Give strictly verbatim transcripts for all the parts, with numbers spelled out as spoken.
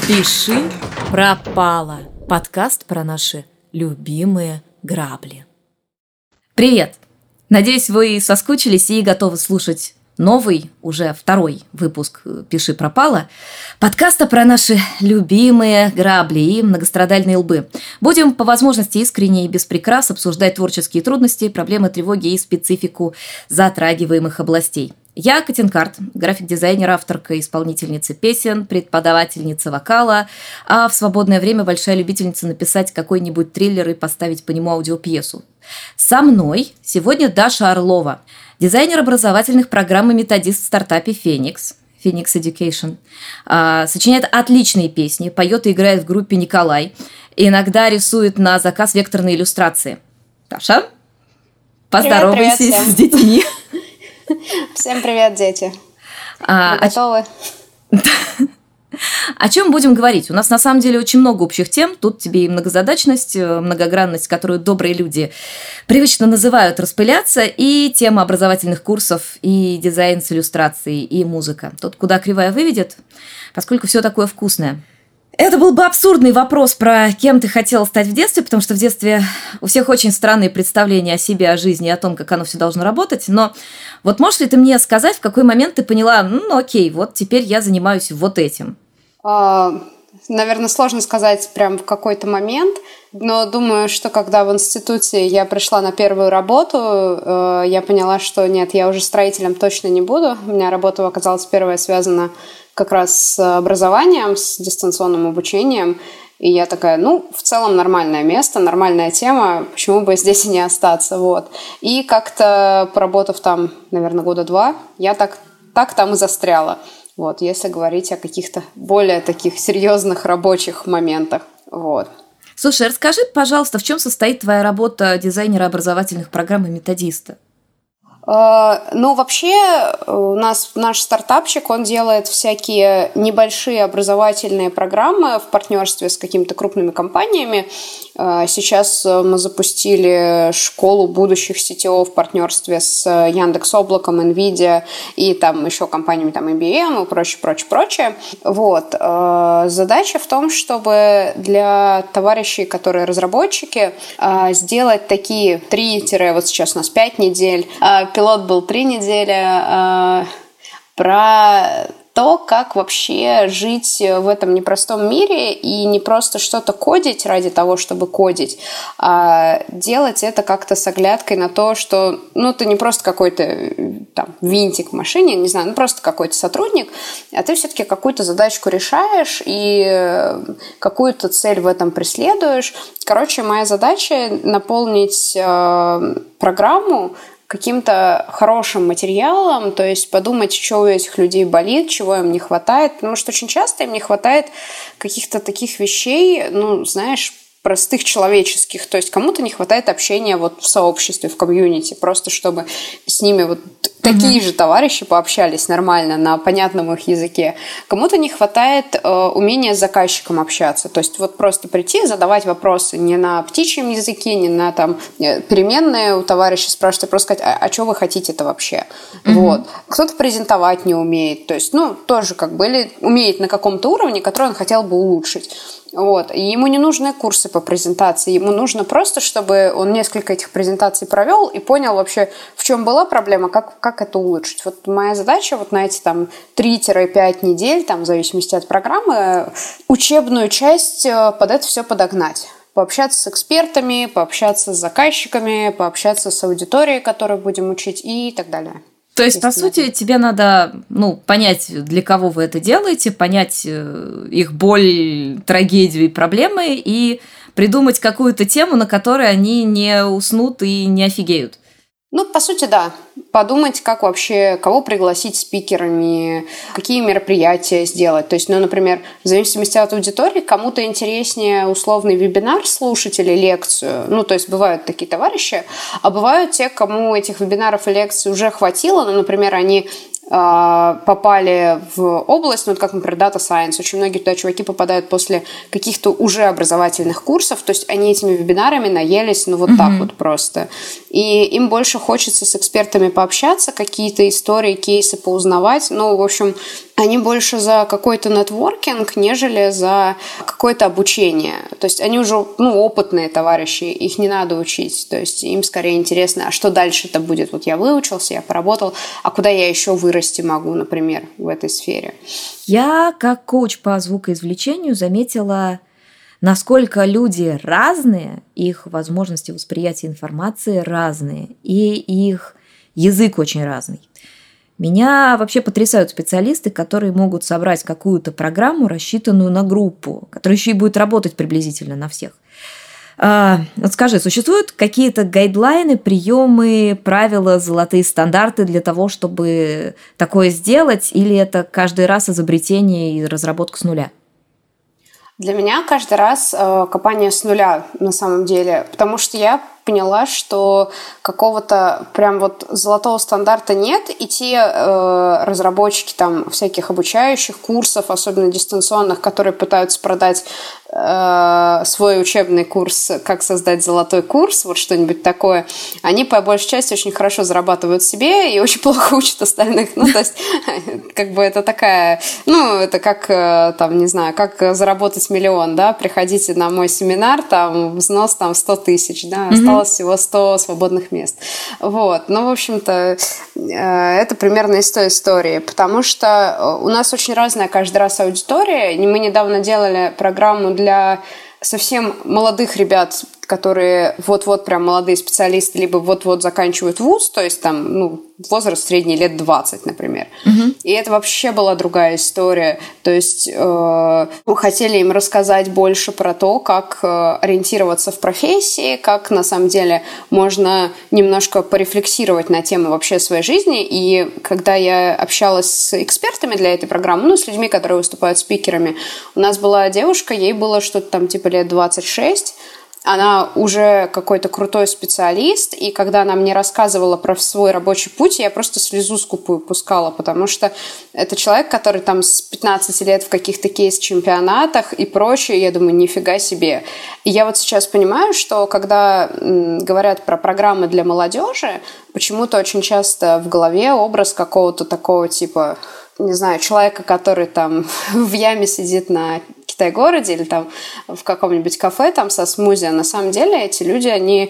Пиши пропало. Подкаст про наши любимые грабли. Привет! Надеюсь, вы соскучились и готовы слушать новый, уже второй выпуск «Пиши пропало» подкаста про наши любимые грабли и многострадальные лбы. Будем по возможности искренне и без прикрас обсуждать творческие трудности, проблемы, тревоги и специфику затрагиваемых областей. Я Катин Карт, график-дизайнер, авторка, исполнительница песен, преподавательница вокала, а в свободное время большая любительница написать какой-нибудь триллер и поставить по нему аудиопьесу. Со мной сегодня Даша Орлова, дизайнер образовательных программ и методист в стартапе Phoenix, Phoenix Education. А, сочиняет отличные песни, поет и играет в группе «Николай». Иногда рисует на заказ векторные иллюстрации. Даша, поздоровайся привет, привет с детьми. Всем привет, дети. А, Вы готовы? О чем будем говорить? У нас на самом деле очень много общих тем. Тут тебе и многозадачность, многогранность, которую добрые люди привычно называют распыляться, и тема образовательных курсов, и дизайн с иллюстрацией, и музыка. Тут куда кривая выведет, поскольку все такое вкусное. Это был бы абсурдный вопрос про кем ты хотела стать в детстве, потому что в детстве у всех очень странные представления о себе, о жизни, о том, как оно все должно работать. Но вот можешь ли ты мне сказать, в какой момент ты поняла, ну окей, вот теперь я занимаюсь вот этим? Наверное, сложно сказать прям в какой-то момент, но думаю, что когда в институте я пришла на первую работу, я поняла, что нет, я уже строителем точно не буду. У меня работа оказалась первая связана как раз с образованием, с дистанционным обучением. И я такая, ну, в целом нормальное место, нормальная тема, почему бы здесь и не остаться, вот. И как-то, поработав там, наверное, года два, я так, так там и застряла. Вот, если говорить о каких-то более таких серьезных рабочих моментах, вот. Слушай, расскажи, пожалуйста, в чем состоит твоя работа дизайнера образовательных программ и методиста? Ну, вообще, у нас наш стартапчик, он делает всякие небольшие образовательные программы в партнерстве с какими-то крупными компаниями. Сейчас мы запустили школу будущих си ти о в партнерстве с Яндекс.Облаком, NVIDIA и там еще компаниями там ай би эм и прочее, прочее, прочее. Вот. Задача в том, чтобы для товарищей, которые разработчики, сделать такие три, вот сейчас у нас пять недель, пилот был три недели, э, про то, как вообще жить в этом непростом мире и не просто что-то кодить ради того, чтобы кодить, а делать это как-то с оглядкой на то, что ну, ты не просто какой-то там, винтик в машине, не знаю, ну просто какой-то сотрудник, а ты все-таки какую-то задачку решаешь и какую-то цель в этом преследуешь. Короче, моя задача наполнить э, программу каким-то хорошим материалом, то есть подумать, что у этих людей болит, чего им не хватает, потому что очень часто им не хватает каких-то таких вещей, ну, знаешь, простых человеческих, то есть кому-то не хватает общения вот в сообществе, в комьюнити, просто чтобы с ними вот mm-hmm. такие же товарищи пообщались нормально на понятном их языке. Кому-то не хватает э, умения с заказчиком общаться, то есть вот просто прийти, задавать вопросы не на птичьем языке, не на там переменные у товарища спрашивать, а просто сказать, а, а что вы хотите-то вообще? Mm-hmm. Вот. Кто-то презентовать не умеет, то есть, ну, тоже как бы, или умеет на каком-то уровне, который он хотел бы улучшить. Вот. И ему не нужны курсы по презентации, ему нужно просто, чтобы он несколько этих презентаций провел и понял вообще, в чем была проблема, как, как это улучшить. Вот моя задача вот на эти там три-пять недель, там, в зависимости от программы, учебную часть под это все подогнать. Пообщаться с экспертами, пообщаться с заказчиками, пообщаться с аудиторией, которую будем учить и так далее. То есть, по сути, тебе надо ну, понять, для кого вы это делаете, понять их боль, трагедию и проблемы и придумать какую-то тему, на которой они не уснут и не офигеют. Ну, по сути, да. Подумать, как вообще, кого пригласить спикерами, какие мероприятия сделать. То есть, ну, например, в зависимости от аудитории, кому-то интереснее условный вебинар слушать или лекцию. Ну, то есть, бывают такие товарищи, а бывают те, кому этих вебинаров и лекций уже хватило. Ну, например, они попали в область, ну, вот как, например, Data Science. Очень многие туда чуваки попадают после каких-то уже образовательных курсов, то есть они этими вебинарами наелись, ну, вот mm-hmm. так вот просто. И им больше хочется с экспертами пообщаться, какие-то истории, кейсы поузнавать. Ну, в общем, они больше за какой-то нетворкинг, нежели за какое-то обучение. То есть они уже, ну, опытные товарищи, их не надо учить. То есть им скорее интересно, а что дальше-то будет? Вот я выучился, я поработал, а куда я еще вырасти могу, например, в этой сфере? Я, как коуч по звукоизвлечению, заметила, насколько люди разные, их возможности восприятия информации разные, и их язык очень разный. Меня вообще потрясают специалисты, которые могут собрать какую-то программу, рассчитанную на группу, которая еще и будет работать приблизительно на всех. А, вот скажи, существуют какие-то гайдлайны, приемы, правила, золотые стандарты для того, чтобы такое сделать, или это каждый раз изобретение и разработка с нуля? Для меня каждый раз э, копание с нуля на самом деле, потому что я поняла, что какого-то прям вот золотого стандарта нет, и те э, разработчики там всяких обучающих курсов, особенно дистанционных, которые пытаются продать э, свой учебный курс, как создать золотой курс, вот что-нибудь такое, они по большей части очень хорошо зарабатывают себе и очень плохо учат остальных. Ну, то есть, как бы это такая, ну, это как, там, не знаю, как заработать миллион, да, приходите на мой семинар, там, взнос там сто тысяч, да, осталось всего сто свободных мест. Вот. Ну, в общем-то, это примерно из той истории, потому что у нас очень разная каждый раз аудитория. Мы недавно делали программу для совсем молодых ребят, которые вот-вот прям молодые специалисты, либо вот-вот заканчивают вуз, то есть там, ну, возраст средний лет двадцать, например. Угу. И это вообще была другая история. То есть э, мы хотели им рассказать больше про то, как э, ориентироваться в профессии, как на самом деле можно немножко порефлексировать на тему вообще своей жизни. И когда я общалась с экспертами для этой программы, ну, с людьми, которые выступают спикерами, у нас была девушка, ей было что-то там типа лет двадцать шесть, она уже какой-то крутой специалист, и когда она мне рассказывала про свой рабочий путь, я просто слезу скупую пускала, потому что это человек, который там с пятнадцати лет в каких-то кейс-чемпионатах и прочее, я думаю, нифига себе. И я вот сейчас понимаю, что когда м, говорят про программы для молодежи, почему-то очень часто в голове образ какого-то такого типа, не знаю, человека, который там в яме сидит на Китай-городе или там в каком-нибудь кафе там со смузи. А на самом деле эти люди, они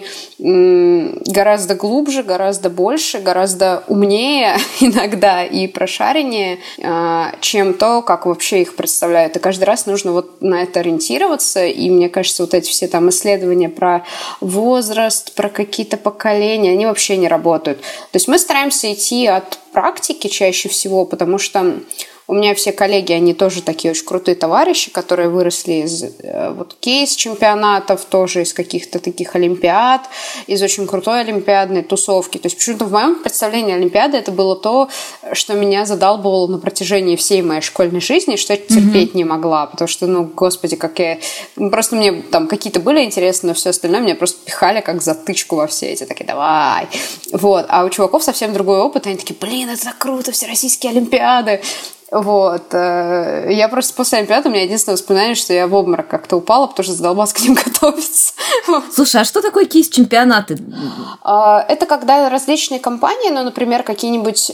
м, гораздо глубже, гораздо больше, гораздо умнее иногда и прошареннее, э, чем то, как вообще их представляют. И каждый раз нужно вот на это ориентироваться. И мне кажется, вот эти все там исследования про возраст, про какие-то поколения, они вообще не работают. То есть мы стараемся идти от практики чаще всего, потому что у меня все коллеги, они тоже такие очень крутые товарищи, которые выросли из вот, кейс-чемпионатов, тоже из каких-то таких олимпиад, из очень крутой олимпиадной тусовки. То есть почему-то в моем представлении олимпиады это было то, что меня задалбывало на протяжении всей моей школьной жизни, что я терпеть mm-hmm. не могла, потому что, ну, господи, как я... Просто мне там какие-то были интересны, но все остальное меня просто пихали как затычку во все эти, такие, давай. Вот. А у чуваков совсем другой опыт, они такие, блин, это так круто, всероссийские олимпиады. Вот. Я просто после олимпиады, у меня единственное воспоминание, что я в обморок как-то упала, потому что задолбалась к ним готовиться. Слушай, а что такое кейс-чемпионаты? Это когда различные компании, ну, например, какие-нибудь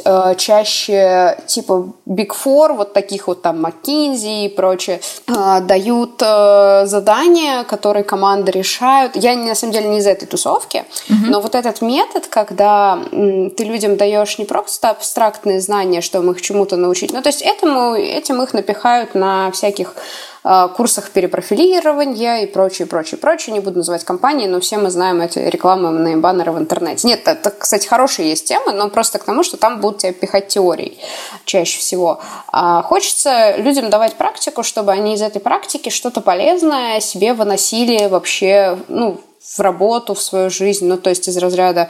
чаще типа Big Four, вот таких вот там McKinsey и прочее, дают задания, которые команды решают. Я, на самом деле, не из этой тусовки, угу. но вот этот метод, когда ты людям даешь не просто абстрактные знания, что им их чему-то научить, ну, то есть этому, этим их напихают на всяких э, курсах перепрофилирования и прочее, прочее, прочее. Не буду называть компании, но все мы знаем эти рекламные баннеры в интернете. Нет, это, кстати, хорошие есть темы, но просто к тому, что там будут тебя пихать теорией чаще всего. А хочется людям давать практику, чтобы они из этой практики что-то полезное себе выносили вообще, ну, в работу, в свою жизнь, ну, то есть из разряда,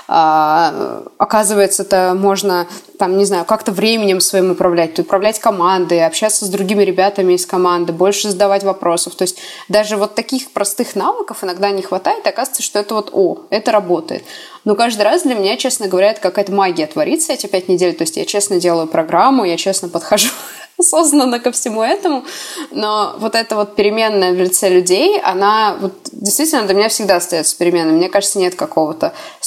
а, оказывается, это можно, там, не знаю, как-то временем своим управлять, управлять командой, общаться с другими ребятами из команды, больше задавать вопросов, то есть даже вот таких простых навыков иногда не хватает, и оказывается, что это вот, о, это работает. Но каждый раз для меня, честно говоря, это какая-то магия творится эти пять недель, то есть я честно делаю программу, я честно подхожу осознанно ко всему этому, но вот эта вот переменная в лице людей, она вот действительно для меня всегда остается переменной. Мне кажется, нет какого-то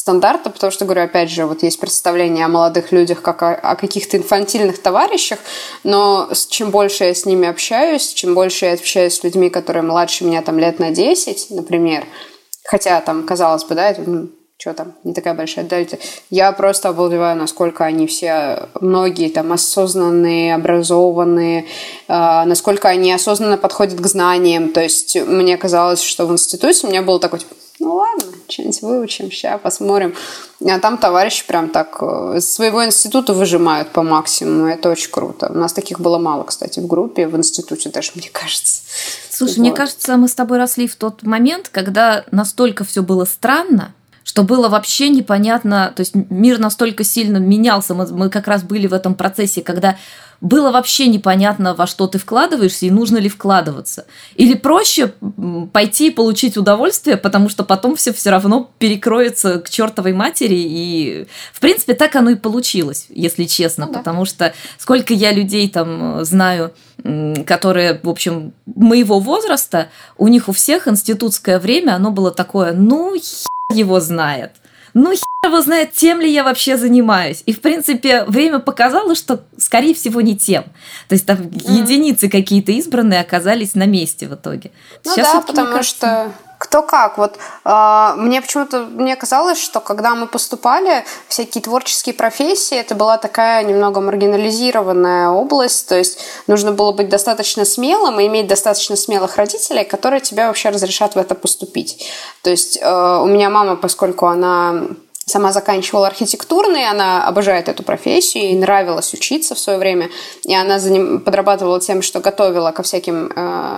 стандарта, потому что, говорю, опять же, вот есть представление о молодых людях как о, о каких-то инфантильных товарищах, но чем больше я с ними общаюсь, чем больше я общаюсь с людьми, которые младше меня там лет на десять, например, хотя там, казалось бы, да, это, ну, что там, не такая большая дельта, я просто обалдеваю, насколько они все, многие там осознанные, образованные, э, насколько они осознанно подходят к знаниям, то есть мне казалось, что в институте у меня было такое, типа, ну ладно, что-нибудь выучим, сейчас посмотрим. А там товарищи прям так из своего института выжимают по максимуму. Это очень круто. У нас таких было мало, кстати, в группе, в институте даже, мне кажется. Слушай, вот. Мне кажется, мы с тобой росли в тот момент, когда настолько все было странно, что было вообще непонятно, то есть мир настолько сильно менялся, мы, мы как раз были в этом процессе, когда было вообще непонятно, во что ты вкладываешься и нужно ли вкладываться. Или проще пойти и получить удовольствие, потому что потом все все равно перекроется к чертовой матери. И, в принципе, так оно и получилось, если честно. Ну, да. Потому что сколько я людей там знаю, которые, в общем, моего возраста, у них у всех институтское время, оно было такое, ну, хер его знает. Ну, хер его знает, тем ли я вообще занимаюсь. И, в принципе, время показало, что, скорее всего, не тем. То есть там mm. единицы какие-то избранные оказались на месте в итоге. Ну Сейчас да, потому кажется... что кто как. Вот э, мне почему-то мне казалось, что когда мы поступали, всякие творческие профессии, это была такая немного маргинализированная область, то есть нужно было быть достаточно смелым и иметь достаточно смелых родителей, которые тебе вообще разрешат в это поступить. То есть э, у меня мама, поскольку она сама заканчивала архитектурный, она обожает эту профессию, ей нравилось учиться в свое время, и она за ним подрабатывала тем, что готовила ко всяким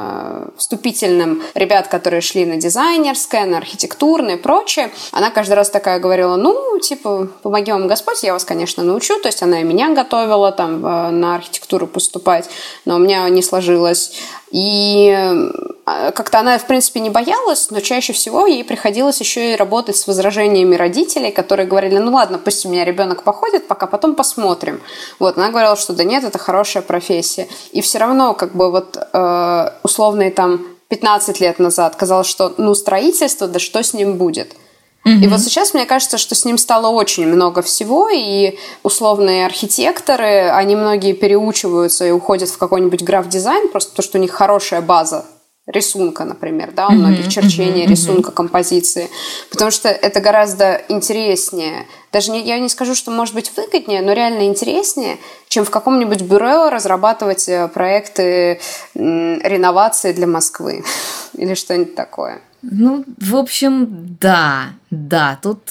э, вступительным ребят, которые шли на дизайнерское, на архитектурное и прочее. Она каждый раз такая говорила, ну, типа, помоги вам Господь, я вас, конечно, научу. То есть она и меня готовила там на архитектуру поступать, но у меня не сложилось. И как-то она, в принципе, не боялась, но чаще всего ей приходилось еще и работать с возражениями родителей, которые говорили, ну ладно, пусть у меня ребенок походит, пока потом посмотрим. Вот, она говорила, что да нет, это хорошая профессия. И все равно, как бы вот э, условные там пятнадцать лет назад казалось, что ну строительство, да что с ним будет? Mm-hmm. И вот сейчас мне кажется, что с ним стало очень много всего, и условные архитекторы, они многие переучиваются и уходят в какой-нибудь граф-дизайн, просто потому что у них хорошая база рисунка, например, да, у многих mm-hmm. черчения, mm-hmm. рисунка, композиции, потому что это гораздо интереснее. Даже не, я не скажу, что может быть выгоднее, но реально интереснее, чем в каком-нибудь бюро разрабатывать проекты м, реновации для Москвы или что-нибудь такое. Ну, в общем, да, да, тут,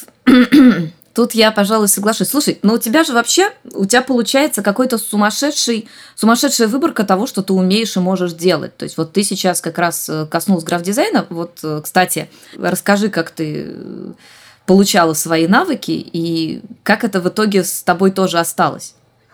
тут я, пожалуй, соглашусь. Слушай, но у тебя же вообще, у тебя получается какой-то сумасшедший, сумасшедшая выборка того, что ты умеешь и можешь делать. То есть вот ты сейчас как раз коснулась граф-дизайна. Вот, кстати, расскажи, как ты получала свои навыки и как это в итоге с тобой тоже осталось.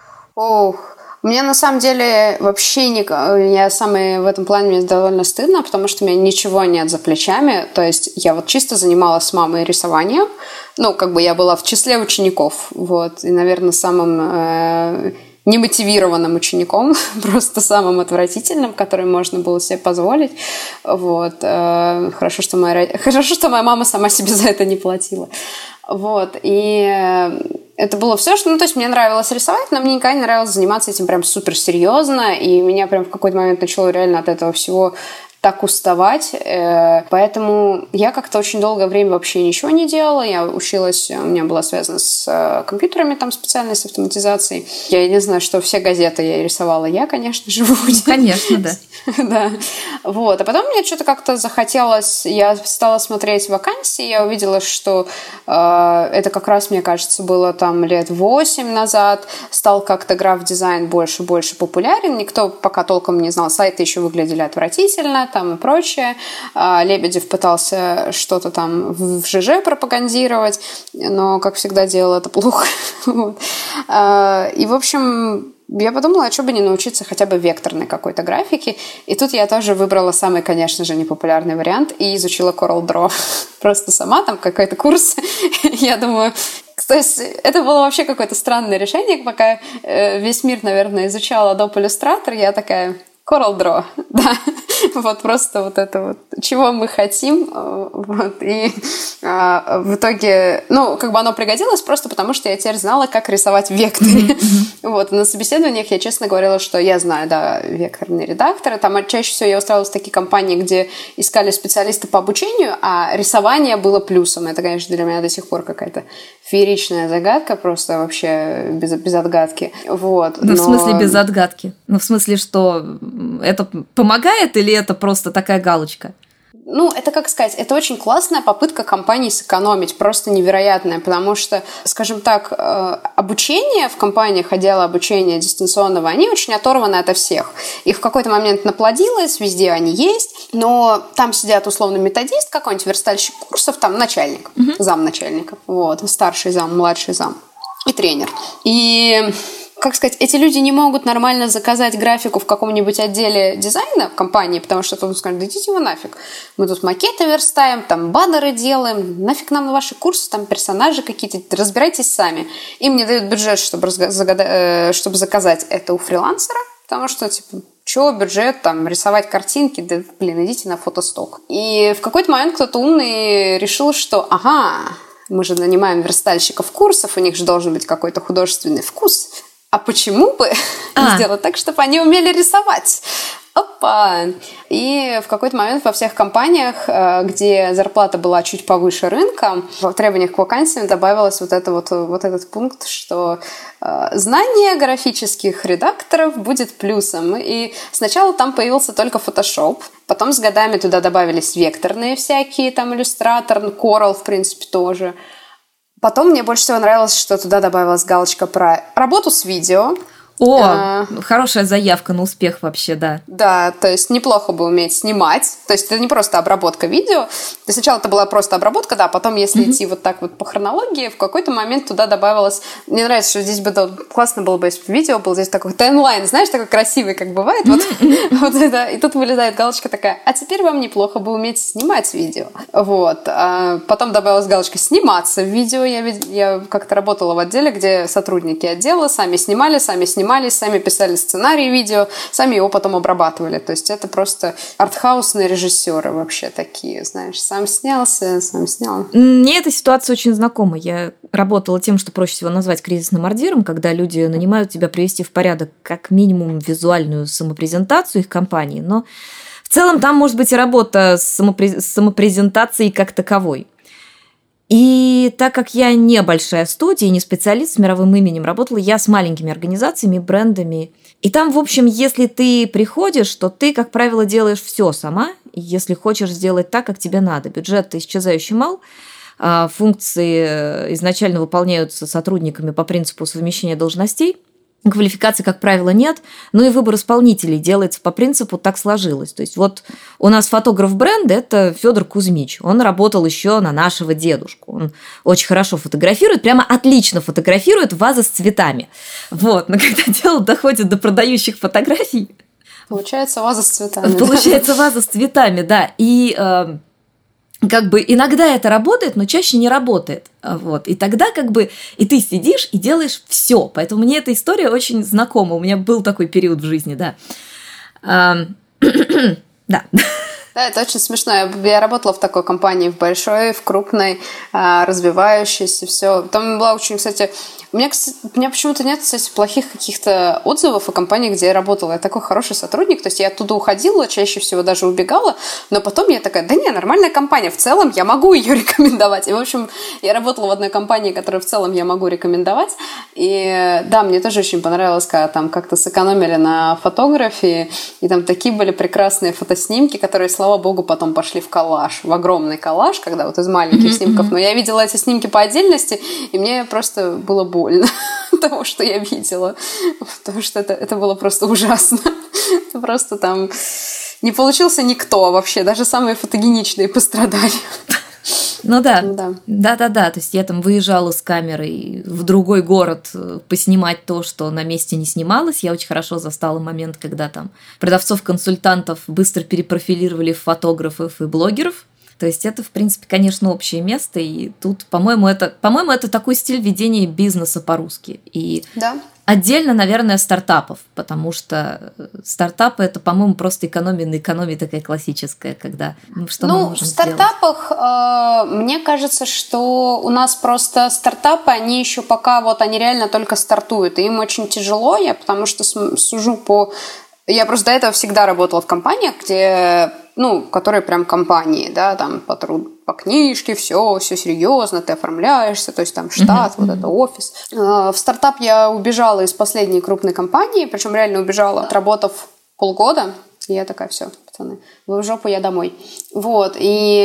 Ох. Мне на самом деле вообще не... Я самый в этом плане мне довольно стыдно, потому что у меня ничего нет за плечами. То есть я вот чисто занималась с мамой рисованием. Ну, как бы я была в числе учеников. Вот. И, наверное, самым э, немотивированным учеником. Просто самым отвратительным, который можно было себе позволить. Вот. Э, хорошо, что моя... Хорошо, что моя мама сама себе за это не платила. Вот. И... Это было все, что... Ну, то есть мне нравилось рисовать, но мне никогда не нравилось заниматься этим прям суперсерьезно, и меня прям в какой-то момент начало реально от этого всего так уставать. Поэтому я как-то очень долгое время вообще ничего не делала. Я училась, у меня была связана с компьютерами, там специальной, с автоматизацией. Я не знаю, что все газеты я рисовала. Я, конечно же, Конечно, да. Да. Вот. А потом мне что-то как-то захотелось... Я стала смотреть вакансии, я увидела, что э, это как раз, мне кажется, было там лет восемь назад. Стал как-то граф-дизайн больше-больше популярен. Никто пока толком не знал. Сайты еще выглядели отвратительно, там и прочее. Лебедев пытался что-то там в ЖЖ пропагандировать, но, как всегда, делал это плохо. Вот. И, в общем, я подумала, а что бы не научиться хотя бы векторной какой-то графике. И тут я тоже выбрала самый, конечно же, непопулярный вариант и изучила CorelDRAW. Просто сама, там какой-то курс. Я думаю... То есть это было вообще какое-то странное решение. Пока весь мир, наверное, изучал Adobe Illustrator, я такая... CorelDRAW, да. Вот просто вот это вот, чего мы хотим. Вот, и а, в итоге, ну, как бы оно пригодилось просто потому, что я теперь знала, как рисовать в векторе. Вот, на собеседованиях я честно говорила, что я знаю, да, векторные редакторы. Там чаще всего я устраивалась в такие компании, где искали специалисты по обучению, а рисование было плюсом. Это, конечно, для меня до сих пор какая-то фееричная загадка, просто вообще без, без отгадки. Вот, ну, но... в смысле без отгадки? Ну, в смысле, что это помогает или это просто такая галочка? Ну, это, как сказать, это очень классная попытка компании сэкономить, просто невероятная, потому что, скажем так, обучение в компаниях, отделы обучения дистанционного, они очень оторваны ото всех. Их в какой-то момент наплодилось, везде они есть, но там сидят условно методист какой-нибудь, верстальщик курсов, там начальник, uh-huh. замначальника, вот, старший зам, младший зам и тренер. И... как сказать, эти люди не могут нормально заказать графику в каком-нибудь отделе дизайна в компании, потому что тут скажут, да идите вы нафиг. Мы тут макеты верстаем, там баннеры делаем, нафиг нам ваши курсы, там персонажи какие-то, разбирайтесь сами. Им не дают бюджет, чтобы, разгада... чтобы заказать это у фрилансера, потому что, типа, чего бюджет, там, рисовать картинки, да, блин, идите на фотосток. И в какой-то момент кто-то умный решил, что, ага, мы же нанимаем верстальщиков курсов, у них же должен быть какой-то художественный вкус. А почему бы а. сделать так, чтобы они умели рисовать? Опа! И в какой-то момент во всех компаниях, где зарплата была чуть повыше рынка, в требованиях к вакансиям добавилось вот, это вот, вот этот пункт, что знание графических редакторов будет плюсом. И сначала там появился только Photoshop, потом с годами туда добавились векторные всякие, там Illustrator, Corel, в принципе, тоже. Потом мне больше всего нравилось, что туда добавилась галочка про работу с видео. О, а, хорошая заявка на успех вообще, да. Да, то есть неплохо бы уметь снимать. То есть это не просто обработка видео. То есть сначала это была просто обработка, да, потом если mm-hmm. идти вот так вот по хронологии, в какой-то момент туда добавилось... Мне нравится, что здесь бы да, классно было бы, если бы видео был здесь такой таймлайн, знаешь, такой красивый, как бывает. Mm-hmm. Вот, вот это, и тут вылезает галочка такая, а теперь вам неплохо бы уметь снимать видео. Вот. А потом добавилась галочка «сниматься в видео». Я, я как-то работала в отделе, где сотрудники отдела сами снимали, сами снимали, сами писали сценарий видео, сами его потом обрабатывали. То есть это просто артхаусные режиссеры вообще такие, знаешь, сам снялся, сам снял. Мне эта ситуация очень знакома. Я работала тем, что проще всего назвать кризисным ордиром, когда люди нанимают тебя привести в порядок как минимум визуальную самопрезентацию их компании, но в целом там может быть и работа с самопрезентацией как таковой. И так как я не большая студия, не специалист с мировым именем, работала я с маленькими организациями, брендами. И там, в общем, если ты приходишь, то ты, как правило, делаешь все сама, если хочешь сделать так, как тебе надо. Бюджет исчезающе мал, функции изначально выполняются сотрудниками по принципу совмещения должностей. Квалификации, как правило, нет, но и выбор исполнителей делается по принципу «так сложилось». То есть вот у нас фотограф бренда – это Федор Кузьмич. Он работал еще на нашего дедушку. Он очень хорошо фотографирует, прямо отлично фотографирует вазы с цветами. Вот. Но когда дело доходит до продающих фотографий… Получается ваза с цветами. Получается ваза с цветами, да. И… Э, как бы иногда это работает, но чаще не работает. Вот. И тогда как бы и ты сидишь и делаешь все. Поэтому мне эта история очень знакома. У меня был такой период в жизни, да. Да. Да, это очень смешно. Я, я работала в такой компании, в большой, в крупной, развивающейся, все. Там была очень, кстати... У меня, у меня почему-то нет, кстати, плохих каких-то отзывов о компании, где я работала. Я такой хороший сотрудник, то есть я оттуда уходила, чаще всего даже убегала, но потом я такая, да не, нормальная компания, в целом я могу ее рекомендовать. И, в общем, я работала в одной компании, которую в целом я могу рекомендовать. И да, мне тоже очень понравилось, когда там как-то сэкономили на фотографии, и там такие были прекрасные фотоснимки, которые, слава богу, потом пошли в коллаж, в огромный коллаж, когда вот из маленьких mm-hmm. снимков. Но я видела эти снимки по отдельности, и мне просто было больно того, что я видела. Потому что это, это было просто ужасно. Просто там не получился никто вообще. Даже самые фотогеничные пострадали. Ну да. да. Да-да-да. То есть я там выезжала с камерой в другой город поснимать то, что на месте не снималось. Я очень хорошо застала момент, когда там продавцов-консультантов быстро перепрофилировали в фотографов и блогеров. То есть это, в принципе, конечно, общее место, и тут, по-моему, это, по-моему, это такой стиль ведения бизнеса по-русски. И да. Отдельно, наверное, стартапов, потому что стартапы – это, по-моему, просто экономия на экономии такая классическая, когда ну, что ну, мы можем в стартапах, э, мне кажется, что у нас просто стартапы, они еще пока вот они реально только стартуют, и им очень тяжело, я потому что сужу по… Я просто до этого всегда работала в компаниях, где, ну, которые прям компании, да, там по труд, по книжке, все, все серьезно, ты оформляешься, то есть там штат, uh-huh, вот uh-huh. это офис. В стартап я убежала из последней крупной компании, причем реально убежала, отработав полгода, и я такая, все, пацаны, вы в жопу, я домой. Вот,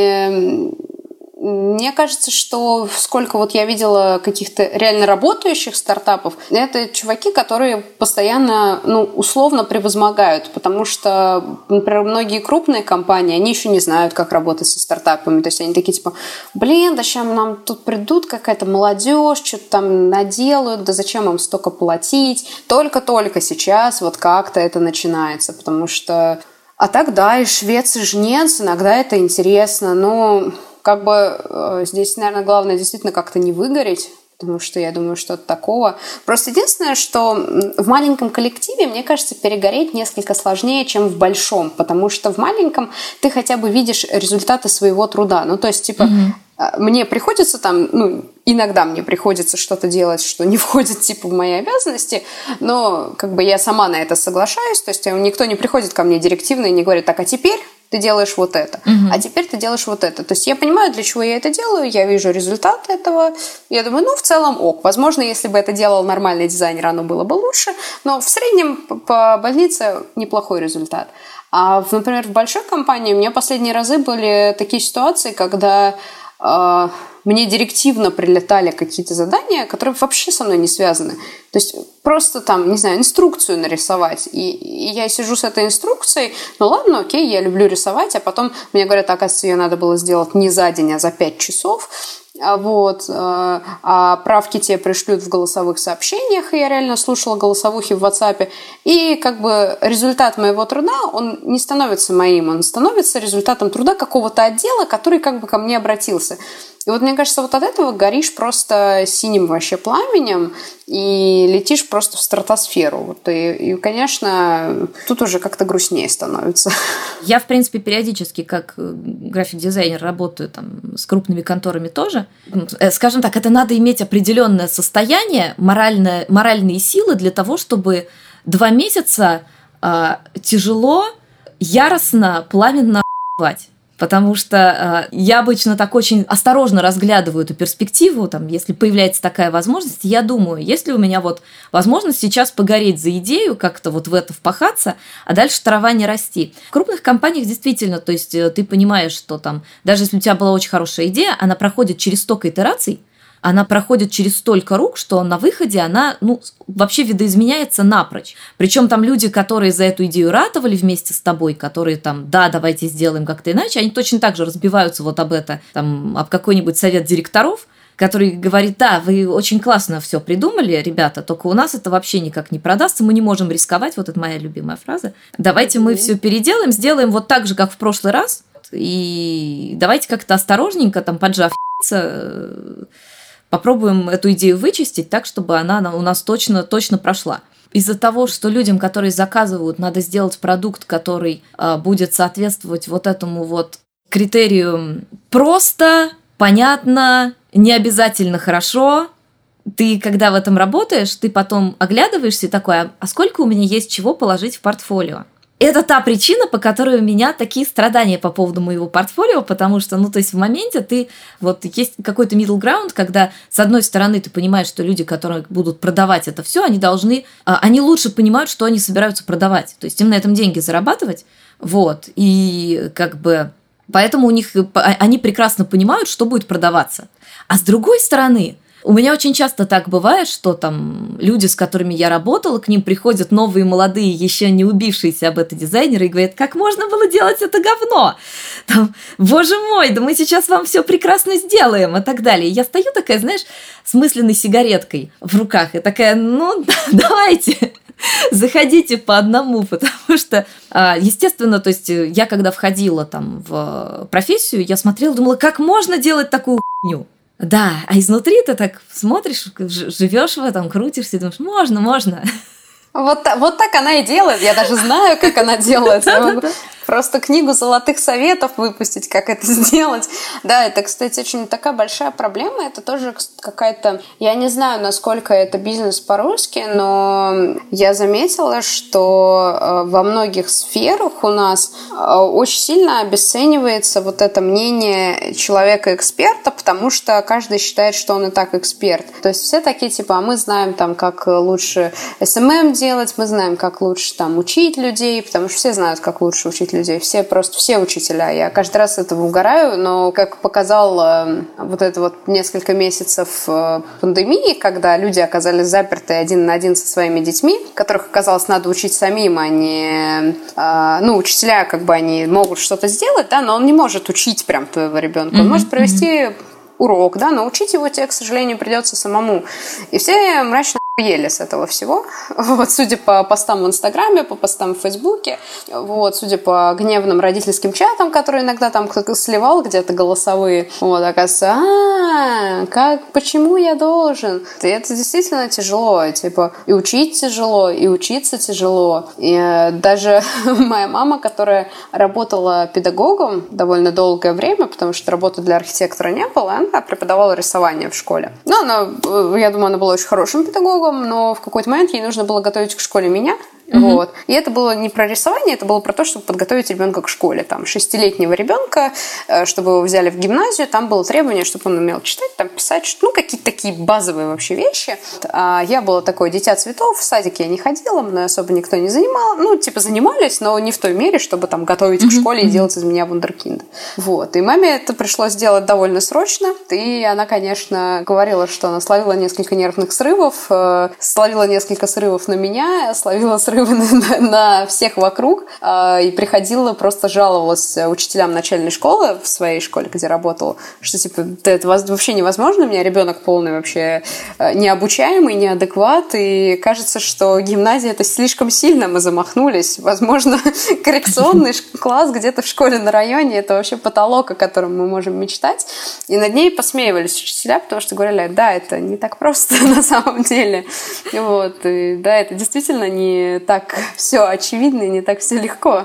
и… Мне кажется, что сколько вот я видела каких-то реально работающих стартапов, это чуваки, которые постоянно, ну, условно превозмогают, потому что, например, многие крупные компании, они еще не знают, как работать со стартапами, то есть они такие типа, блин, да сейчас нам тут придут какая-то молодежь, что-то там наделают, да зачем им столько платить, только-только сейчас вот как-то это начинается, потому что, а так да, и швец, и жнец, иногда это интересно, но… Как бы здесь, наверное, главное действительно как-то не выгореть, потому что я думаю, что-то такого. Просто единственное, что в маленьком коллективе, мне кажется, перегореть несколько сложнее, чем в большом, потому что в маленьком ты хотя бы видишь результаты своего труда. Ну, то есть, типа, mm-hmm. мне приходится там, ну, иногда мне приходится что-то делать, что не входит, типа, в мои обязанности, но как бы я сама на это соглашаюсь, то есть никто не приходит ко мне директивно и не говорит, так, а теперь… ты делаешь вот это, uh-huh. а теперь ты делаешь вот это. То есть я понимаю, для чего я это делаю, я вижу результат этого, я думаю, ну, в целом ок. Возможно, если бы это делал нормальный дизайнер, оно было бы лучше, но в среднем по больнице неплохой результат. А, например, в большой компании у меня последние разы были такие ситуации, когда э, мне директивно прилетали какие-то задания, которые вообще со мной не связаны. То есть просто там, не знаю, инструкцию нарисовать. И, и я сижу с этой инструкцией, ну ладно, окей, я люблю рисовать, а потом мне говорят, оказывается, ее надо было сделать не за день, а за пять часов. Вот, а правки тебе пришлют в голосовых сообщениях, и я реально слушала голосовухи в WhatsApp, и как бы результат моего труда, он не становится моим, он становится результатом труда какого-то отдела, который как бы ко мне обратился. И вот мне кажется, вот от этого горишь просто синим вообще пламенем и летишь просто в стратосферу. Вот и, и, конечно, тут уже как-то грустнее становится. Я, в принципе, периодически как график-дизайнер работаю там с крупными конторами тоже. Скажем так, это надо иметь определенное состояние, моральное, моральные силы для того, чтобы два месяца э, тяжело, яростно, пламенно охуевать. Потому что э, я обычно так очень осторожно разглядываю эту перспективу, там, если появляется такая возможность, я думаю, есть ли у меня вот возможность сейчас погореть за идею, как-то вот в это впахаться, а дальше трава не расти. В крупных компаниях действительно, то есть ты понимаешь, что там, даже если у тебя была очень хорошая идея, она проходит через столько итераций, она проходит через столько рук, что на выходе она, ну, вообще видоизменяется напрочь. Причем там люди, которые за эту идею ратовали вместе с тобой, которые там, да, давайте сделаем как-то иначе, они точно так же разбиваются вот об это, там, об какой-нибудь совет директоров, который говорит, да, вы очень классно все придумали, ребята, только у нас это вообще никак не продастся, мы не можем рисковать, вот это моя любимая фраза. Давайте мы все переделаем, сделаем вот так же, как в прошлый раз, и давайте как-то осторожненько, там, поджав попробуем эту идею вычистить так, чтобы она у нас точно, точно прошла. Из-за того, что людям, которые заказывают, надо сделать продукт, который э, будет соответствовать вот этому вот критерию просто, понятно, не обязательно хорошо. Ты, когда в этом работаешь, ты потом оглядываешься и такой, а, а сколько у меня есть чего положить в портфолио? Это та причина, по которой у меня такие страдания по поводу моего портфолио, потому что, ну, то есть в моменте ты, вот есть какой-то middle ground, когда, с одной стороны, ты понимаешь, что люди, которые будут продавать это все, они должны, они лучше понимают, что они собираются продавать, то есть им на этом деньги зарабатывать, вот, и как бы, поэтому у них, они прекрасно понимают, что будет продаваться. А с другой стороны, У меня очень часто так бывает, что там люди, с которыми я работала, к ним приходят новые молодые, еще не убившиеся об этом дизайнеры и говорят, как можно было делать это говно? Там, боже мой, да мы сейчас вам все прекрасно сделаем и так далее. И я стою такая, знаешь, с мысленной сигареткой в руках и такая, ну давайте, заходите по одному, потому что, естественно, то есть я когда входила там в профессию, я смотрела, думала, как можно делать такую хуйню? Да, а изнутри ты так смотришь, живешь в этом, крутишься, и думаешь, можно, можно. Вот, вот так она и делает. Я даже знаю, как она делает. Я могу просто книгу золотых советов выпустить, как это сделать. Да, это, кстати, очень такая большая проблема. Это тоже какая-то... Я не знаю, насколько это бизнес по-русски, но я заметила, что во многих сферах у нас очень сильно обесценивается вот это мнение человека-эксперта, потому что каждый считает, что он и так эксперт. То есть все такие, типа, а мы знаем, там, как лучше эс эм эм делать, мы знаем, как лучше там учить людей, потому что все знают, как лучше учить людей. Все просто, все учителя. Я каждый раз с этого угораю, но как показал э, вот это вот несколько месяцев э, пандемии, когда люди оказались заперты один на один со своими детьми, которых, оказалось, надо учить самим, а не... Э, ну, учителя, как бы, они могут что-то сделать, да, но он не может учить прям твоего ребенка. Он mm-hmm. может провести урок, да, но учить его тебе, к сожалению, придется самому. И все мрачно ели с этого всего. Вот, судя по постам в Инстаграме, по постам в Фейсбуке, вот, судя по гневным родительским чатам, которые иногда там кто-то сливал где-то голосовые, вот, оказывается, а, как, почему я должен? И это действительно тяжело, типа, и учить тяжело, и учиться тяжело. И даже моя мама, которая работала педагогом довольно долгое время, потому что работы для архитектора не было, она преподавала рисование в школе. Ну, она, я думаю, она была очень хорошим педагогом, но в какой-то момент ей нужно было готовить к школе меня. Mm-hmm. Вот. И это было не про рисование, это было про то, чтобы подготовить ребенка к школе. Там, шестилетнего ребенка, чтобы его взяли в гимназию, там было требование, чтобы он умел читать, там, писать, ну, какие-то такие базовые вообще вещи. А я была такое дитя цветов, в садик я не ходила, мной особо никто не занимал. Ну, типа, занимались, но не в той мере, чтобы там готовить mm-hmm. к школе и делать из меня вундеркинда. Вот. И маме это пришлось сделать довольно срочно. И она, конечно, говорила, что она словила несколько нервных срывов, словила несколько срывов на меня, словила срывы На, на всех вокруг, э, и приходила, просто жаловалась учителям начальной школы в своей школе, где работала, что типа да, это вообще невозможно, у меня ребенок полный вообще э, необучаемый, неадекват, и кажется, что гимназия это слишком сильно мы замахнулись, возможно, коррекционный класс где-то в школе на районе это вообще потолок, о котором мы можем мечтать, и над ней посмеивались учителя, потому что говорили, да, это не так просто на самом деле, вот, и, да, это действительно не так все очевидно и не так все легко.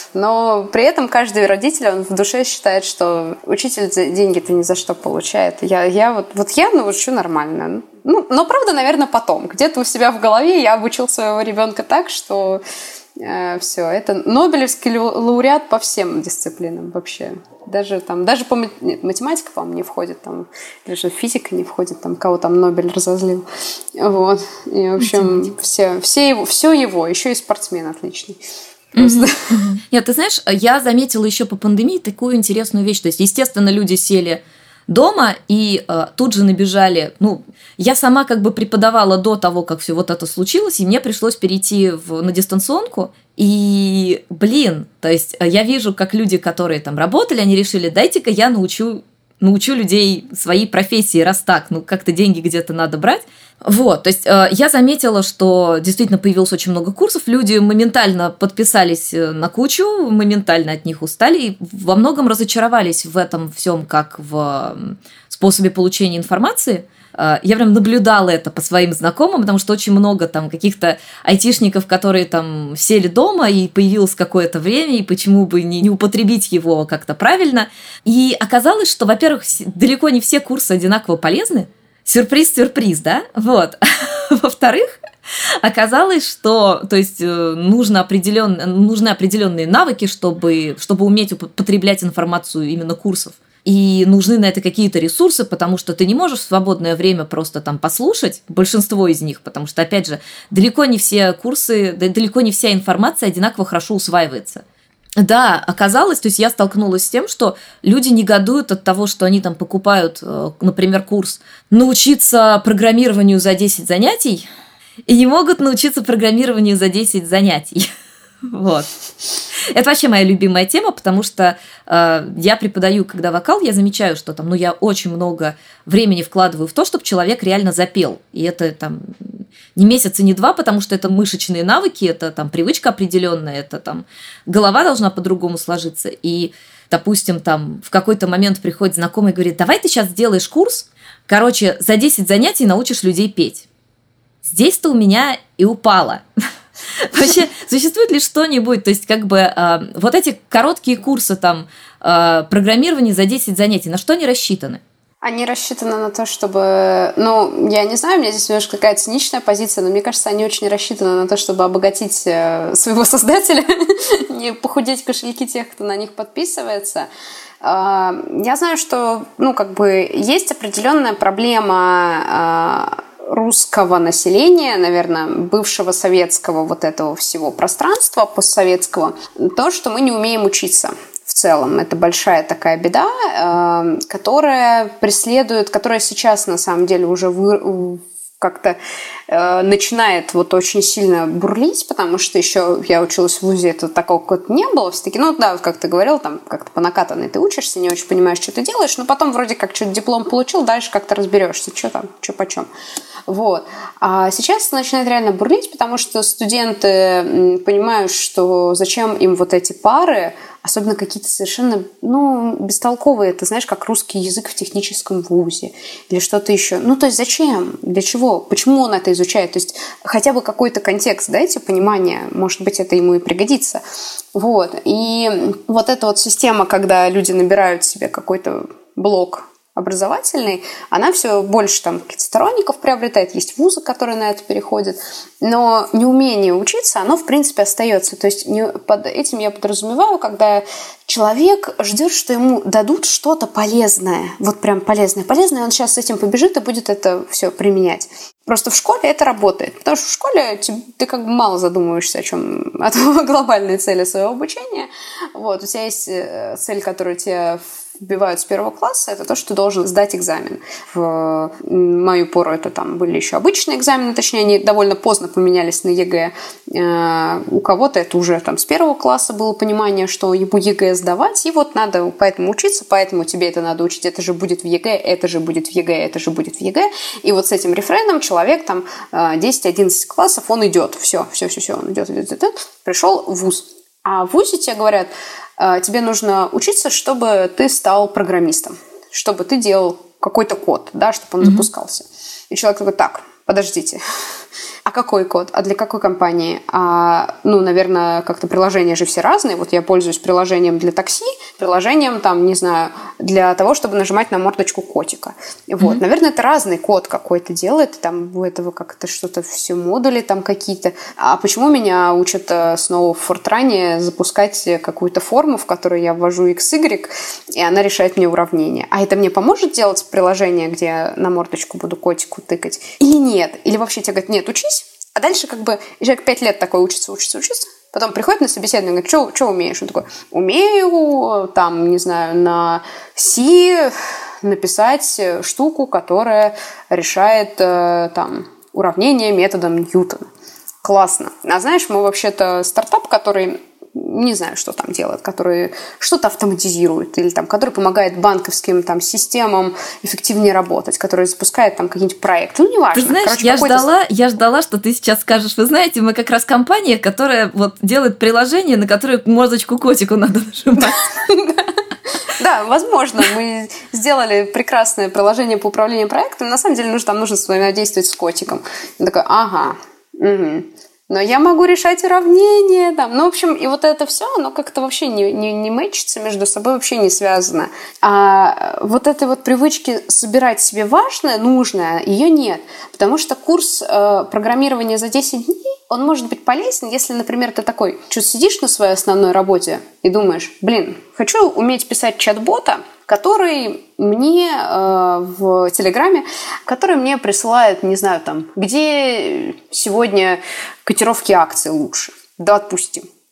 Но при этом каждый родитель, он в душе считает, что учитель деньги-то ни за что получает. Я, я вот, вот я научу нормально. Ну, но правда, наверное, потом. Где-то у себя в голове я обучил своего ребенка так, что э, все, это Нобелевский лауреат по всем дисциплинам вообще. Даже, там, даже по нет, математика, по-моему, не входит, там, или же физика не входит, там, кого там Нобель разозлил. Вот. И, в общем, все, все его, все его, еще и спортсмен отличный. Просто. Нет, ты знаешь, я заметила еще по пандемии такую интересную вещь. То есть, естественно, люди сели дома и э, тут же набежали. Ну, я сама как бы преподавала до того, как все вот это случилось, и мне пришлось перейти в, на дистанционку. И, блин, то есть я вижу, как люди, которые там работали, они решили, дайте-ка я научу, научу людей своей профессии, раз так, ну, как-то деньги где-то надо брать. Вот, то есть э, я заметила, что действительно появилось очень много курсов, люди моментально подписались на кучу, моментально от них устали и во многом разочаровались в этом всем, как в способе получения информации. Я прям наблюдала это по своим знакомым, потому что очень много там каких-то айтишников, которые там сели дома, и появилось какое-то время, и почему бы не, не употребить его как-то правильно. И оказалось, что, во-первых, далеко не все курсы одинаково полезны. Сюрприз-сюрприз, да? Вот. Во-вторых, оказалось, что то есть, нужно определен... нужны определенные навыки, чтобы, чтобы уметь употреблять информацию именно курсов. И нужны на это какие-то ресурсы, потому что ты не можешь в свободное время просто там послушать большинство из них, потому что, опять же, далеко не все курсы, далеко не вся информация одинаково хорошо усваивается. Да, оказалось, то есть я столкнулась с тем, что люди негодуют от того, что они там покупают, например, курс научиться программированию за десять занятий и не могут научиться программированию за десять занятий. Вот. Это вообще моя любимая тема, потому что э, я преподаю, когда вокал, я замечаю, что там, ну, я очень много времени вкладываю в то, чтобы человек реально запел. И это там не месяц и не два, потому что это мышечные навыки, это там привычка определенная, это там голова должна по-другому сложиться. И, допустим, там в какой-то момент приходит знакомый и говорит: давай ты сейчас сделаешь курс, короче, за десять занятий научишь людей петь. Здесь-то у меня и упало. Вообще, существует ли что-нибудь, то есть как бы э, вот эти короткие курсы там э, программирования за десять занятий, на что они рассчитаны? Они рассчитаны на то, чтобы... Ну, я не знаю, у меня здесь немножко какая-то циничная позиция, но мне кажется, они очень рассчитаны на то, чтобы обогатить своего создателя, не похудеть кошельки тех, кто на них подписывается. Я знаю, что, ну, как бы есть определенная проблема русского населения, наверное, бывшего советского вот этого всего пространства, постсоветского, то, что мы не умеем учиться. В целом, это большая такая беда, э, которая преследует, которая сейчас на самом деле уже вы, как-то э, начинает вот очень сильно бурлить, потому что еще я училась в вузе, это такого как-то не было. Все-таки, ну да, вот как ты говорил, там как-то по накатанной ты учишься, не очень понимаешь, что ты делаешь, но потом вроде как что-то диплом получил, дальше как-то разберешься, что там, что почем. Вот. А сейчас это начинает реально бурлить, потому что студенты понимают, что зачем им вот эти пары, особенно какие-то совершенно, ну, бестолковые, ты знаешь, как русский язык в техническом вузе или что-то еще. Ну, то есть зачем? Для чего? Почему он это изучает? То есть хотя бы какой-то контекст дайте, понимание, может быть, это ему и пригодится. Вот. И вот эта вот система, когда люди набирают себе какой-то блок образовательный, она все больше там каких-то сторонников приобретает, есть вузы, которые на это переходят, но неумение учиться, оно в принципе остается. То есть не, под этим я подразумеваю, когда человек ждет, что ему дадут что-то полезное, вот прям полезное, полезное, он сейчас с этим побежит и будет это все применять. Просто в школе это работает, потому что в школе ты, ты как бы мало задумываешься о чем, о глобальной цели своего обучения. Вот, у тебя есть цель, которую тебе вбивают с первого класса, это то, что ты должен сдать экзамен. В мою пору это там были еще обычные экзамены, точнее, они довольно поздно поменялись на ЕГЭ. У кого-то это уже там с первого класса было понимание, что ему ЕГЭ сдавать, и вот надо поэтому учиться, поэтому тебе это надо учить, это же будет в ЕГЭ, это же будет в ЕГЭ, это же будет в ЕГЭ. И вот с этим рефреном человек там десять-одиннадцать классов, он идет, все, все, все, все, он идет, идет, идет, пришел в вуз. А в вузе тебе говорят, тебе нужно учиться, чтобы ты стал программистом, чтобы ты делал какой-то код, да, чтобы он mm-hmm. запускался. И человек такой: так, подождите, а какой код? А для какой компании? А, ну, наверное, как-то приложения же все разные. Вот я пользуюсь приложением для такси, приложением, там, не знаю, для того, чтобы нажимать на мордочку котика. Вот. Mm-hmm. Наверное, это разный код какой-то делает. Там у этого как-то что-то, все модули там какие-то. А почему меня учат снова в Фортране запускать какую-то форму, в которой я ввожу икс игрек, и она решает мне уравнение? А это мне поможет делать приложение, где я на мордочку буду котику тыкать? Или нет? Или вообще тебе говорят: нет, учись. А дальше как бы человек пять лет такой учится, учится, учится. Потом приходит на собеседование и говорит: что умеешь? Он такой: умею, там, не знаю, на C написать штуку, которая решает там уравнение методом Ньютона. Классно. А знаешь, мы вообще-то стартап, который... не знаю, что там делает, который что-то автоматизирует или там, который помогает банковским там системам эффективнее работать, который запускает там какие-нибудь проекты. Ну, неважно. Ты знаешь, Короче, я, ждала, я ждала, что ты сейчас скажешь: вы знаете, мы как раз компания, которая вот делает приложение, на которое мордочку котику надо нажимать. Да, возможно, мы сделали прекрасное приложение по управлению проектом. На самом деле нужно, там нужно взаимодействовать с котиком. Я такой: ага, угу. Но я могу решать уравнения, там. Ну, в общем, и вот это все, оно как-то вообще не, не, не мэчится между собой, вообще не связано. А вот этой вот привычки собирать себе важное, нужное, ее нет. Потому что курс э, программирования за десять дней, он может быть полезен, если, например, ты такой, что сидишь на своей основной работе и думаешь: блин, хочу уметь писать чат-бота, который мне э, в Телеграме, который мне присылает, не знаю, там, где сегодня котировки акций лучше. Да, отпустим.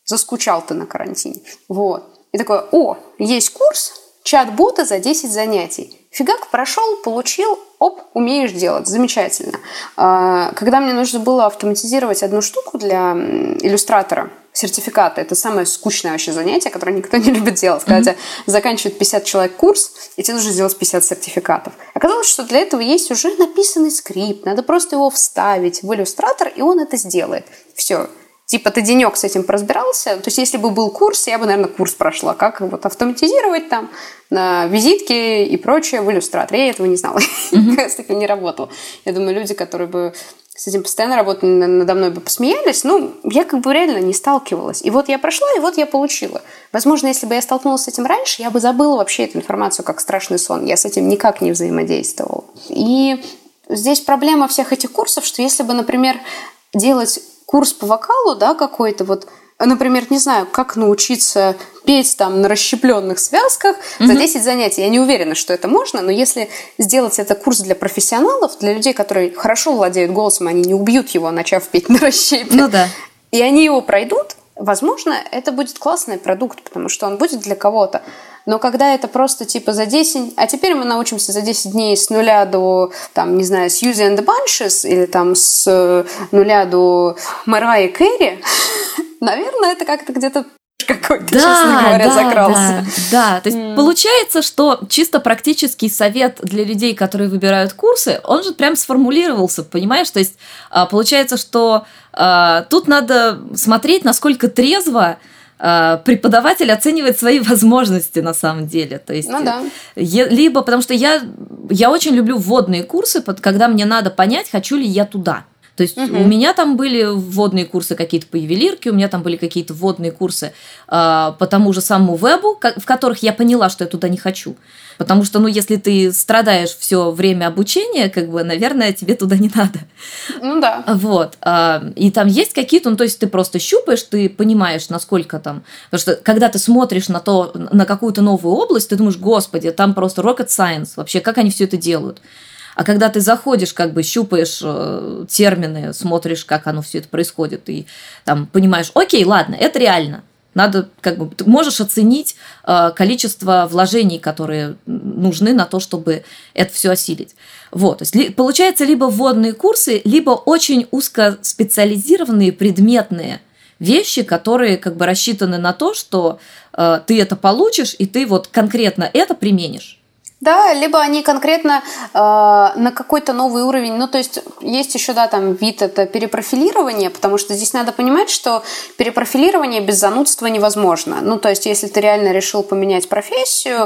заскучал ты на карантине. Вот. И такой, о, есть курс, чат-боты за десять занятий. Фигак, прошел, получил, оп, умеешь делать. Замечательно. Когда мне нужно было автоматизировать одну штуку для иллюстратора, сертификаты, это самое скучное вообще занятие, которое никто не любит делать. Когда mm-hmm. заканчивает пятьдесят человек курс, и тебе нужно сделать пятьдесят сертификатов. Оказалось, что для этого есть уже написанный скрипт. Надо просто его вставить в иллюстратор, и он это сделает. Все. Типа ты денек с этим поразбирался. То есть если бы был курс, я бы, наверное, курс прошла. Как вот автоматизировать там на визитки и прочее в иллюстраторе. Я этого не знала. Mm-hmm. Я с таким не работала. Я думаю, люди, которые бы с этим постоянно работали, надо мной бы посмеялись. Ну, я как бы реально не сталкивалась. И вот я прошла, и вот я получила. Возможно, если бы я столкнулась с этим раньше, я бы забыла вообще эту информацию как страшный сон. Я с этим никак не взаимодействовала. И здесь проблема всех этих курсов, что если бы, например, делать курс по вокалу, да, какой-то вот, например, не знаю, как научиться петь там на расщепленных связках mm-hmm. за десять занятий. Я не уверена, что это можно, но если сделать это курс для профессионалов, для людей, которые хорошо владеют голосом, они не убьют его, начав петь на расщепе, ну, да. и они его пройдут, возможно, это будет классный продукт, потому что он будет для кого-то. Но когда это просто типа за десять, а теперь мы научимся за десять дней с нуля до, там, не знаю, Сьюзи and the Bunches или там с нуля до Марайи Кэрри, наверное, это как-то где-то какой-то, да, честно говоря, да, закрался. Да, да. То есть mm. получается, что чисто практический совет для людей, которые выбирают курсы, он же прям сформулировался, понимаешь? То есть получается, что а, тут надо смотреть, насколько трезво преподаватель оценивает свои возможности на самом деле. То есть, ну, да. Либо потому что я, я очень люблю вводные курсы, когда мне надо понять, хочу ли я туда. То есть угу. у меня там были вводные курсы какие-то по ювелирке, у меня там были какие-то вводные курсы э, по тому же самому вебу, в которых я поняла, что я туда не хочу. Потому что, ну, если ты страдаешь все время обучения, как бы, наверное, тебе туда не надо. Ну да. Вот. И там есть какие-то, ну, то есть ты просто щупаешь, ты понимаешь, насколько там... Потому что когда ты смотришь на то, на какую-то новую область, ты думаешь, господи, там просто rocket science. Вообще, как они все это делают? А когда ты заходишь, как бы щупаешь э, термины, смотришь, как оно все это происходит, и там понимаешь, окей, ладно, это реально. Надо, как бы, ты можешь оценить э, количество вложений, которые нужны на то, чтобы это все осилить. Вот, то есть, ли, получается, либо вводные курсы, либо очень узкоспециализированные предметные вещи, которые как бы рассчитаны на то, что э, ты это получишь, и ты вот конкретно это применишь. Да, либо они конкретно э, на какой-то новый уровень, ну, то есть есть еще, да, там вид это перепрофилирование, потому что здесь надо понимать, что перепрофилирование без занудства невозможно. Ну, то есть если ты реально решил поменять профессию,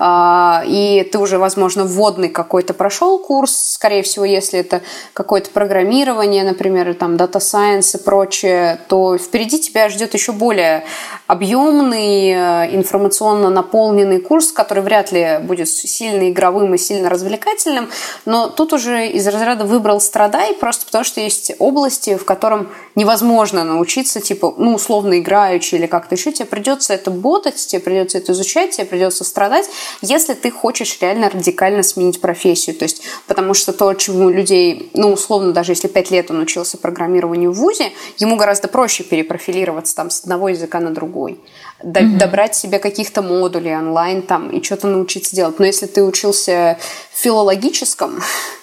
э, и ты уже, возможно, вводный какой-то прошел курс, скорее всего, если это какое-то программирование, например, там, data science и прочее, то впереди тебя ждет еще более объемный, информационно наполненный курс, который вряд ли будет сильно сильно игровым и сильно развлекательным, но тут уже из разряда выбрал страдай, просто потому что есть области, в котором невозможно научиться, типа, ну, условно играючи или как-то еще, тебе придется это ботать, тебе придется это изучать, тебе придется страдать, если ты хочешь реально радикально сменить профессию, то есть, потому что то, чему людей, ну, условно, даже если пять лет он учился программированию в вузе, ему гораздо проще перепрофилироваться там с одного языка на другой, mm-hmm. добрать себе каких-то модулей онлайн там и что-то научиться делать, но если ты учился в филологическом.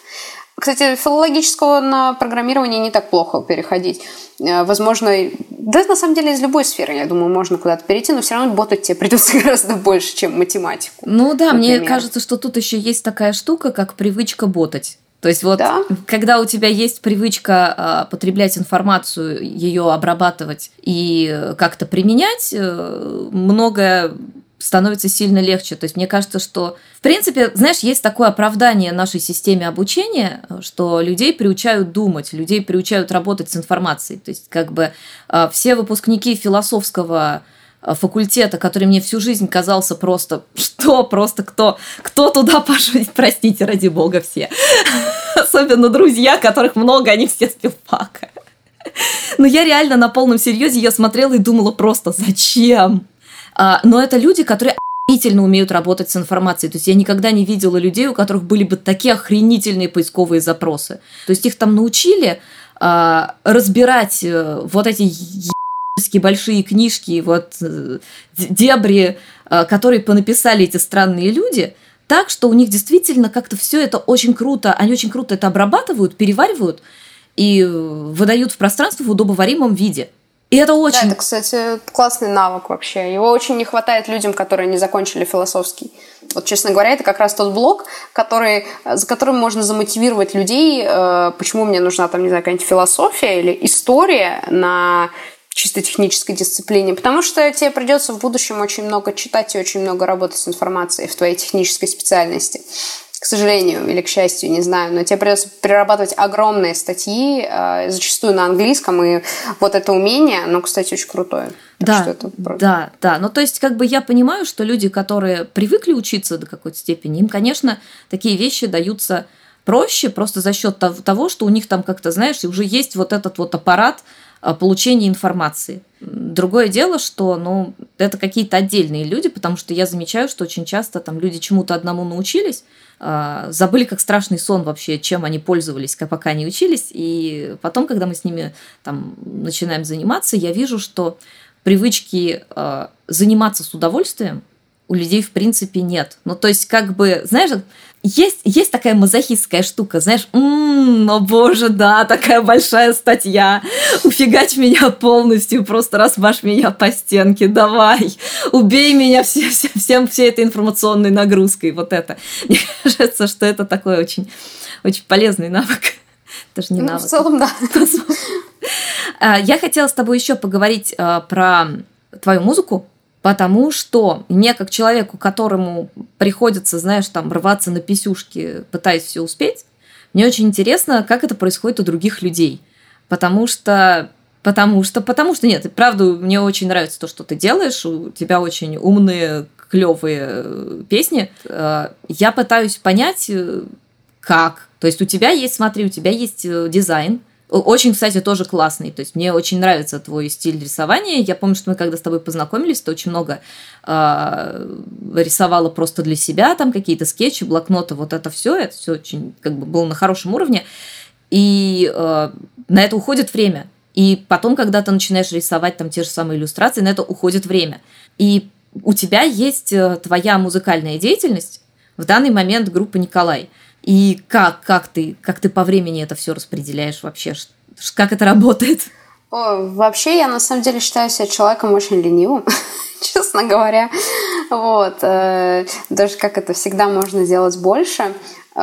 Кстати, филологического на программирование не так плохо переходить. Возможно, да, на самом деле из любой сферы, я думаю, можно куда-то перейти, но все равно ботать тебе придется гораздо больше, чем математику. Ну да, например. Мне кажется, что тут еще есть такая штука, как привычка ботать. То есть вот, да? Когда у тебя есть привычка потреблять информацию, ее обрабатывать и как-то применять, многое становится сильно легче. То есть мне кажется, что, в принципе, знаешь, есть такое оправдание нашей системе обучения, что людей приучают думать, людей приучают работать с информацией. То есть как бы все выпускники философского факультета, который мне всю жизнь казался просто, что, просто кто, кто туда пошел, простите, ради бога, все. Особенно друзья, которых много, они все с филфака. Но я реально на полном серьезе, я смотрела и думала просто, зачем? Но это люди, которые охренительно умеют работать с информацией. То есть я никогда не видела людей, у которых были бы такие охренительные поисковые запросы. То есть их там научили а, разбирать вот эти большие книжки, вот дебри, которые понаписали эти странные люди, так, что у них действительно как-то все это очень круто, они очень круто это обрабатывают, переваривают и выдают в пространство в удобоваримом виде. И это очень... Да, это, кстати, классный навык вообще. Его очень не хватает людям, которые не закончили философский. Вот, честно говоря, это как раз тот блок, который, за которым можно замотивировать людей, э, почему мне нужна, там, не знаю, какая-нибудь философия или история на чисто технической дисциплине. Потому что тебе придется в будущем очень много читать и очень много работать с информацией в твоей технической специальности. К сожалению или к счастью, не знаю, но тебе придется перерабатывать огромные статьи, э, зачастую на английском, и вот это умение, оно, кстати, очень крутое. Да, это... да, да. Ну, то есть, как бы я понимаю, что люди, которые привыкли учиться до какой-то степени, им, конечно, такие вещи даются проще, просто за счет того, что у них там как-то, знаешь, уже есть вот этот вот аппарат получения информации. Другое дело, что, ну, это какие-то отдельные люди, потому что я замечаю, что очень часто там люди чему-то одному научились, забыли как страшный сон вообще, чем они пользовались, пока они учились, и потом, когда мы с ними там начинаем заниматься, я вижу, что привычки заниматься с удовольствием у людей в принципе нет. Ну, то есть, как бы, знаешь, есть, есть такая мазохистская штука, знаешь, м-м, о боже, да, такая большая статья, уфигать меня полностью, просто размажь меня по стенке, давай, убей меня все, все, всем, всей этой информационной нагрузкой, вот это. Мне кажется, что это такой очень, очень полезный навык. Это же не ну, навык. В целом, да. Я хотела с тобой еще поговорить про твою музыку, потому что мне, как человеку, которому приходится, знаешь, там, рваться на писюшки, пытаясь все успеть, мне очень интересно, как это происходит у других людей. Потому что, потому что, потому что, нет, правда, мне очень нравится то, что ты делаешь, у тебя очень умные, клевые песни. Я пытаюсь понять, как. То есть у тебя есть, смотри, у тебя есть дизайн, очень, кстати, тоже классный. То есть мне очень нравится твой стиль рисования. Я помню, что мы когда с тобой познакомились, ты очень много э, рисовала просто для себя, там какие-то скетчи, блокноты, вот это все. Это все очень как бы было на хорошем уровне. И э, на это уходит время. И потом, когда ты начинаешь рисовать там те же самые иллюстрации, на это уходит время. И у тебя есть твоя музыкальная деятельность, в данный момент группа «Николай». И как, как, ты, как ты по времени это все распределяешь вообще? Как это работает? О, вообще, я на самом деле считаю себя человеком очень ленивым, честно говоря. Вот. Даже как это всегда можно делать больше.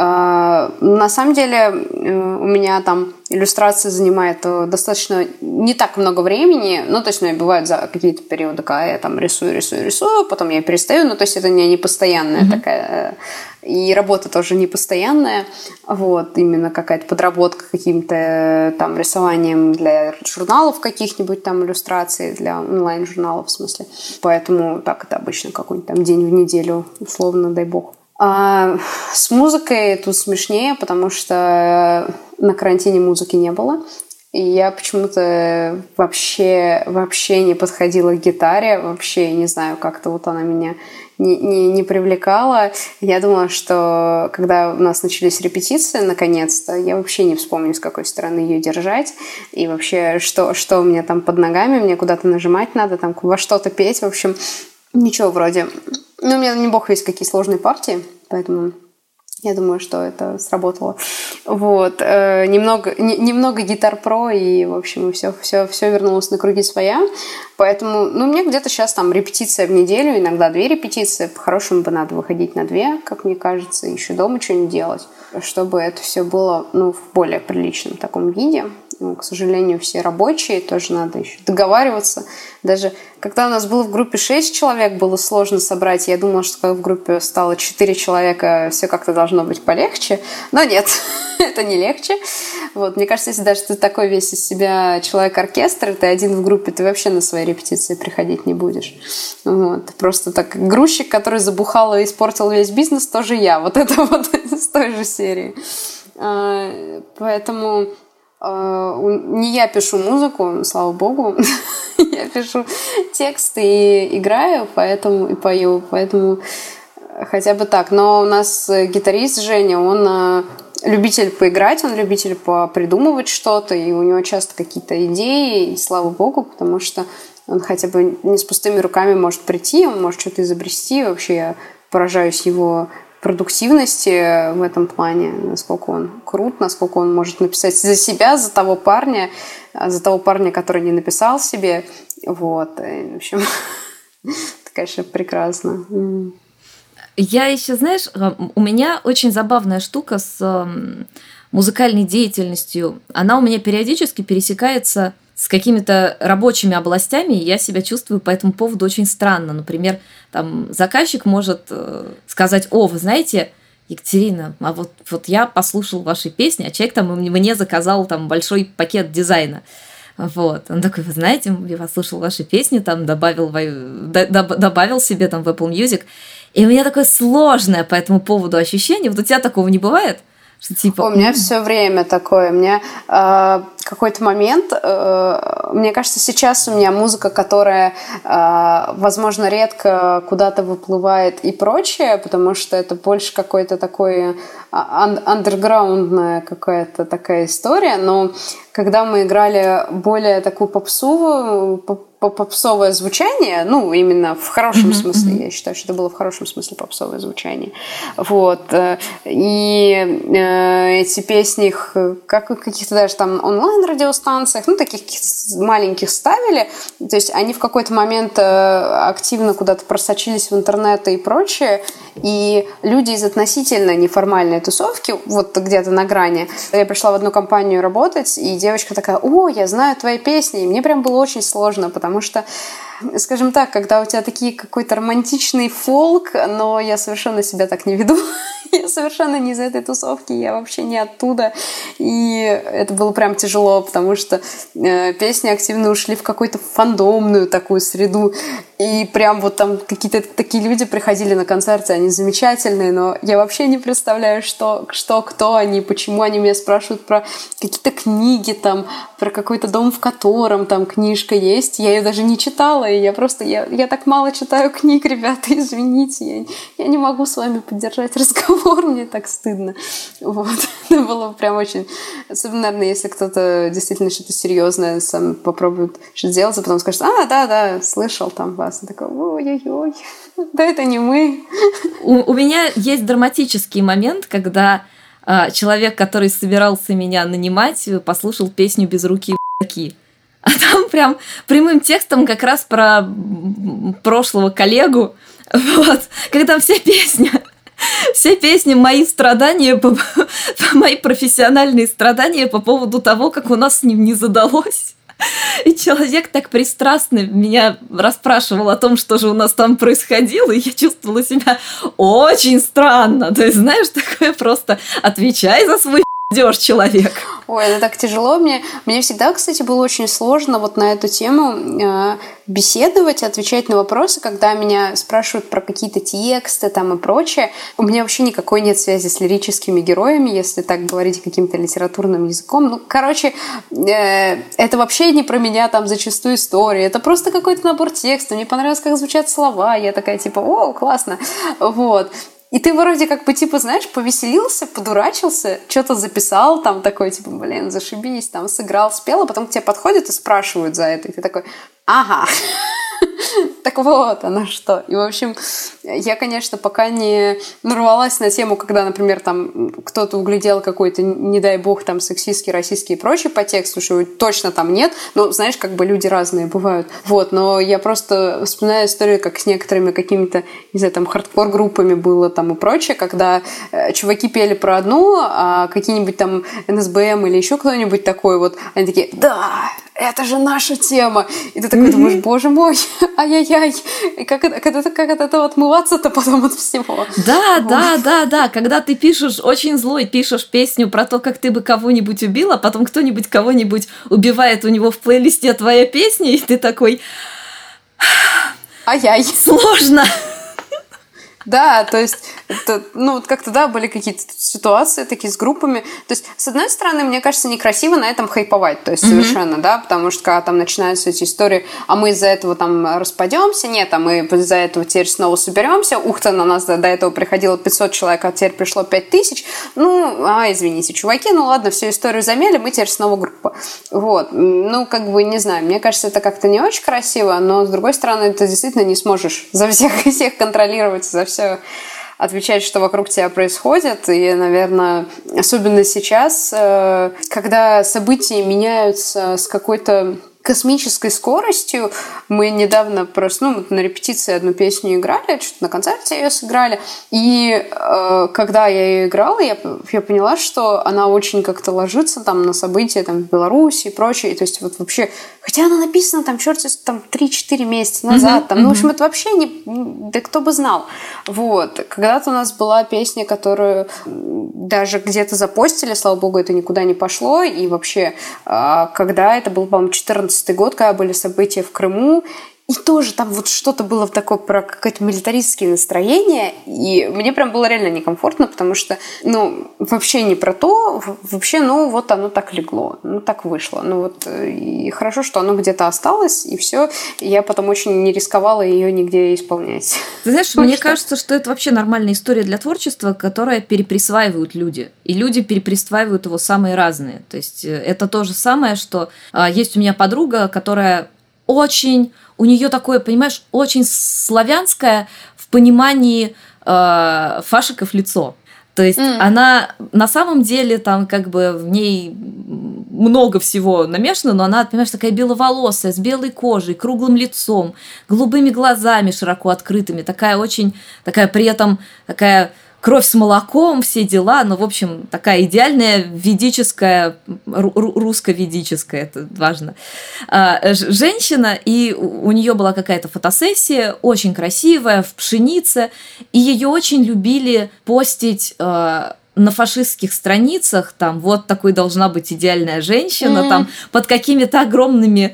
На самом деле у меня там иллюстрация занимает достаточно не так много времени. Ну, то есть, ну, бывают за какие-то периоды, когда я там рисую, рисую, рисую, потом я перестаю. Ну, то есть, это не постоянная mm-hmm. такая... И работа тоже не постоянная. Вот, именно какая-то подработка каким-то там рисованием для журналов каких-нибудь там, иллюстраций для онлайн-журналов, в смысле. Поэтому так это обычно какой-нибудь там день в неделю, условно, дай бог. А с музыкой тут смешнее, потому что на карантине музыки не было. И я почему-то вообще, вообще не подходила к гитаре. Вообще, не знаю, как-то вот она меня не, не, не привлекала. Я думала, что когда у нас начались репетиции, наконец-то, я вообще не вспомню, с какой стороны ее держать. И вообще, что, что у меня там под ногами, мне куда-то нажимать надо, там во что-то петь. В общем, ничего вроде. Ну, у меня, не бог весть, какие сложные партии, поэтому... Я думаю, что это сработало. Вот. Э, немного, не, немного Guitar Pro, и, в общем, все, все, все вернулось на круги своя. Поэтому, ну, мне где-то сейчас там репетиция в неделю, иногда две репетиции. По-хорошему бы надо выходить на две, как мне кажется, еще дома что-нибудь делать, чтобы это все было, ну, в более приличном таком виде. Ну, к сожалению, все рабочие, тоже надо еще договариваться. Даже когда у нас было в группе шесть человек, было сложно собрать. Я думала, что когда в группе стало четыре человека, все как-то должно быть полегче. Но нет, это не легче. Вот, мне кажется, если даже ты такой весь из себя человек-оркестр, ты один в группе, ты вообще на свои репетиции приходить не будешь. Вот. Просто так грузчик, который забухал и испортил весь бизнес, тоже я. Вот это вот с той же серии. Поэтому... Не я пишу музыку, слава богу. Я пишу тексты и играю, поэтому и пою, поэтому хотя бы так. Но у нас гитарист Женя, он любитель поиграть, он любитель попридумывать что-то, и у него часто какие-то идеи, и слава богу, потому что он хотя бы не с пустыми руками может прийти, он может что-то изобрести. Вообще я поражаюсь его продуктивности в этом плане, насколько он крут, насколько он может написать за себя, за того парня, за того парня, который не написал себе. Вот. И, в общем, это, конечно, прекрасно. Я еще, знаешь, у меня очень забавная штука с музыкальной деятельностью. Она у меня периодически пересекается с какими-то рабочими областями, и я себя чувствую по этому поводу очень странно. Например, там заказчик может сказать: о, вы знаете, Екатерина, а вот, вот я послушал ваши песни, а человек там мне заказал там большой пакет дизайна. Вот. Он такой: вы знаете, я послушал ваши песни, там добавил, добавил себе там в Apple Music. И у меня такое сложное по этому поводу ощущение. Вот у тебя такого не бывает? Что, типа... У меня все время такое. У меня э, какой-то момент, э, мне кажется, сейчас у меня музыка, которая, э, возможно, редко куда-то выплывает и прочее, потому что это больше какой-то такой андерграундная какая-то такая история. Но когда мы играли более такую попсовую, попсовое звучание, ну, именно в хорошем mm-hmm. смысле, я считаю, что это было в хорошем смысле попсовое звучание. Вот. И э, эти песни, как в каких-то даже там онлайн-радиостанциях, ну, таких маленьких ставили, то есть они в какой-то момент активно куда-то просочились в интернет и прочее, и люди из относительно неформальной тусовки, вот где-то на грани, я пришла в одну компанию работать, и девочка такая: о, я знаю твои песни, и мне прям было очень сложно, потому что, скажем так, когда у тебя такие какой-то романтичный фолк, но я совершенно себя так не веду, я совершенно не из этой тусовки, я вообще не оттуда, и это было прям тяжело, потому что э, песни активно ушли в какую-то фандомную такую среду, и прям вот там какие-то такие люди приходили на концерты, они замечательные, но я вообще не представляю, что, что кто они, почему они меня спрашивают про какие-то книги, там, про какой-то дом, в котором там книжка есть, я ее даже не читала, и я просто, я, я так мало читаю книг, ребята, извините, я, я не могу с вами поддержать разговор, мне так стыдно. Вот. Это было прям очень... Особенно, наверное, если кто-то действительно что-то серьезное сам попробует что-то сделать, а потом скажет: а, да-да, слышал там вас. И такой: ой-ой-ой, да это не мы. У, у меня есть драматический момент, когда а, человек, который собирался меня нанимать, послушал песню «Без руки б***ки». А там прям прямым текстом как раз про прошлого коллегу. Вот. Когда все песни... Все песни мои страдания, мои профессиональные страдания по поводу того, как у нас с ним не задалось. И человек так пристрастно меня расспрашивал о том, что же у нас там происходило, и я чувствовала себя очень странно. То есть, знаешь, такое просто: отвечай за свой пиздёж, человек. Ой, это так тяжело. Мне, мне всегда, кстати, было очень сложно вот на эту тему э, беседовать, отвечать на вопросы, когда меня спрашивают про какие-то тексты там и прочее. У меня вообще никакой нет связи с лирическими героями, если так говорить каким-то литературным языком. Ну, короче, э, это вообще не про меня там зачастую история. Это просто какой-то набор текста. Мне понравилось, как звучат слова. Я такая типа: о, классно. Вот. И ты вроде как бы, типа, знаешь, повеселился, подурачился, что-то записал, там такой, типа, блин, зашибись, там, сыграл, спел, а потом к тебе подходят и спрашивают за это, и ты такой: ага, так вот оно что. И, в общем, я, конечно, пока не нарвалась на тему, когда, например, там кто-то углядел какой-то, не дай бог, там, сексистский, российский и прочее по тексту, что точно там нет. Ну, знаешь, как бы люди разные бывают. Вот, но я просто вспоминаю историю, как с некоторыми какими-то, не знаю, там, хардкор-группами было там и прочее, когда э, чуваки пели про одну, а какие-нибудь там эн эс бэ эм или еще кто-нибудь такой вот, они такие: да, это же наша тема. И ты такой mm-hmm. думаешь: боже мой, ай-яй-яй, и как, это, как, это, как от этого отмываться-то потом от всего? Да, вот. да, да, да, когда ты пишешь, очень злой, пишешь песню про то, как ты бы кого-нибудь убил, а потом кто-нибудь кого-нибудь убивает, у него в плейлисте твоя песня, и ты такой: ай-яй. Сложно. Да, то есть, это, ну, вот как-то, да, были какие-то ситуации такие с группами. То есть, с одной стороны, мне кажется, некрасиво на этом хайповать, то есть, mm-hmm. совершенно, да, потому что когда там начинаются эти истории, а мы из-за этого там распадемся, нет, а мы из-за этого теперь снова соберемся, ух-то, на нас до, до этого приходило пятьсот человек, а теперь пришло пять тысяч, ну, а, извините, чуваки, ну, ладно, всю историю замяли, мы теперь снова группа. Вот, ну, как бы, не знаю, мне кажется, это как-то не очень красиво, но, с другой стороны, ты действительно не сможешь за всех и всех контролировать, за все отвечать, что вокруг тебя происходит. И, наверное, особенно сейчас, когда события меняются с какой-то космической скоростью. Мы недавно просто, ну, на репетиции одну песню играли, что-то на концерте ее сыграли. И э, когда я ее играла, я, я поняла, что она очень как-то ложится там на события там, в Беларуси и прочее. И, то есть вот вообще... Хотя она написана там, черт, там три-четыре месяца назад. Mm-hmm. Там, ну, в общем, это вообще не... Да кто бы знал. Вот. Когда-то у нас была песня, которую даже где-то запостили, слава богу, это никуда не пошло. И вообще, э, когда это был, по-моему, четырнадцатый год, когда были события в Крыму, и тоже там вот что-то было такое про какое-то милитаристское настроение, и мне прям было реально некомфортно, потому что, ну, вообще не про то, вообще, ну, вот оно так легло, ну, так вышло. Ну, вот, и хорошо, что оно где-то осталось, и все. Я потом очень не рисковала ее нигде исполнять. Ты знаешь, мне кажется, что это вообще нормальная история для творчества, которая переприсваивают люди. И люди переприсваивают его самые разные. То есть это то же самое, что а, есть у меня подруга, которая очень... У нее такое, понимаешь, очень славянское в понимании э, фашиков лицо. То есть mm. она на самом деле там как бы в ней много всего намешано, но она, понимаешь, такая беловолосая, с белой кожей, круглым лицом, голубыми глазами широко открытыми, такая очень, такая при этом такая... Кровь с молоком, все дела, ну, в общем, такая идеальная ведическая, русско-ведическая, это важно, женщина, и у нее была какая-то фотосессия, очень красивая, в пшенице, и ее очень любили постить на фашистских страницах, там, вот такой должна быть идеальная женщина, mm-hmm. там, под какими-то огромными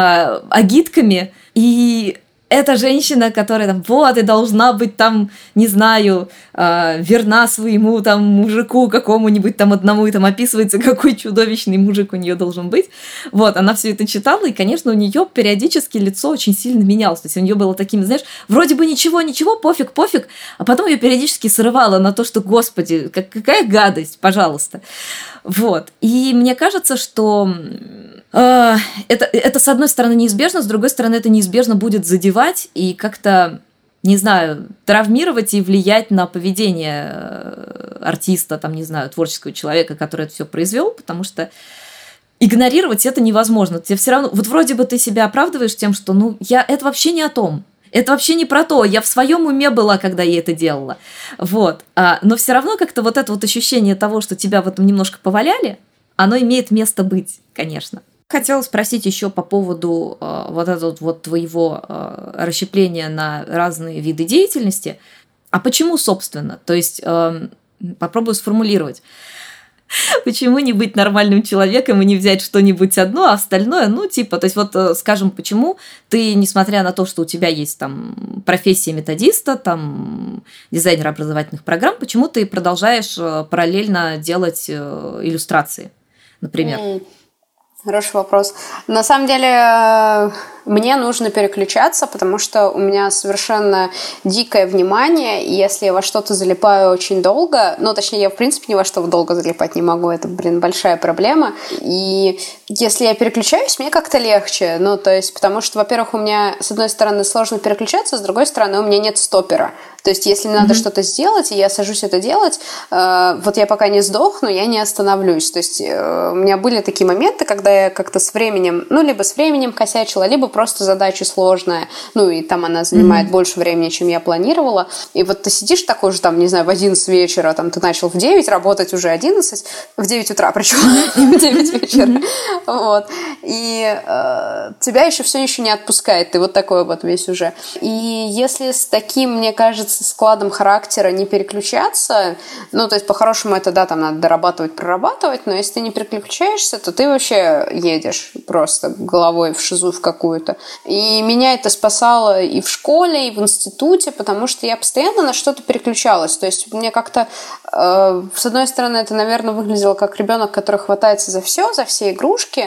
агитками, и... эта женщина, которая там, вот, и должна быть там, не знаю, э, верна своему там мужику какому-нибудь там одному, и там описывается, какой чудовищный мужик у нее должен быть. Вот, она все это читала, и, конечно, у нее периодически лицо очень сильно менялось. То есть у нее было таким, знаешь, вроде бы ничего, ничего, пофиг, пофиг, а потом ее периодически срывало на то, что, господи, как, какая гадость, пожалуйста. Вот. И мне кажется, что... Это, это, с одной стороны, неизбежно, с другой стороны, это неизбежно будет задевать и как-то, не знаю, травмировать и влиять на поведение артиста, там, не знаю, творческого человека, который это все произвел, потому что игнорировать это невозможно. Тебе все равно, вот вроде бы ты себя оправдываешь тем, что, ну, я, это вообще не о том. Это вообще не про то, я в своем уме была, когда я это делала. Вот. А, но все равно как-то вот это вот ощущение того, что тебя в этом немножко поваляли, оно имеет место быть, конечно. Хотела спросить еще по поводу э, вот этого вот твоего э, расщепления на разные виды деятельности. А почему, собственно? То есть, э, попробую сформулировать. Почему не быть нормальным человеком и не взять что-нибудь одно, а остальное, ну, типа, то есть, вот, скажем, почему ты, несмотря на то, что у тебя есть там профессия методиста, там, дизайнера образовательных программ, почему ты продолжаешь параллельно делать иллюстрации, например? Mm. Хороший вопрос. На самом деле, мне нужно переключаться, потому что у меня совершенно дикое внимание, и если я во что-то залипаю очень долго, ну, точнее, я, в принципе, ни во что долго залипать не могу, это, блин, большая проблема, и если я переключаюсь, мне как-то легче, ну, то есть, потому что, во-первых, у меня, с одной стороны, сложно переключаться, с другой стороны, у меня нет стопера. То есть, если мне надо mm-hmm. что-то сделать, и я сажусь это делать, э, вот я пока не сдохну, я не остановлюсь. То есть, э, у меня были такие моменты, когда я как-то с временем, ну, либо с временем косячила, либо просто задача сложная, ну, и там она занимает mm-hmm. больше времени, чем я планировала. И вот ты сидишь такой же, там, не знаю, в одиннадцать вечера, там, ты начал в девять, работать уже одиннадцать, в девять утра, причем в девять вечера. Вот. И э, тебя еще все еще не отпускает, ты вот такой вот весь уже. И если с таким, мне кажется, складом характера не переключаться, ну, то есть, по-хорошему, это, да, там надо дорабатывать, прорабатывать, но если ты не переключаешься, то ты вообще едешь просто головой в шизу в какую-то. какую-то. И меня это спасало и в школе, и в институте, потому что я постоянно на что-то переключалась. То есть мне как-то, э, с одной стороны, это, наверное, выглядело как ребенок, который хватается за все, за все игрушки,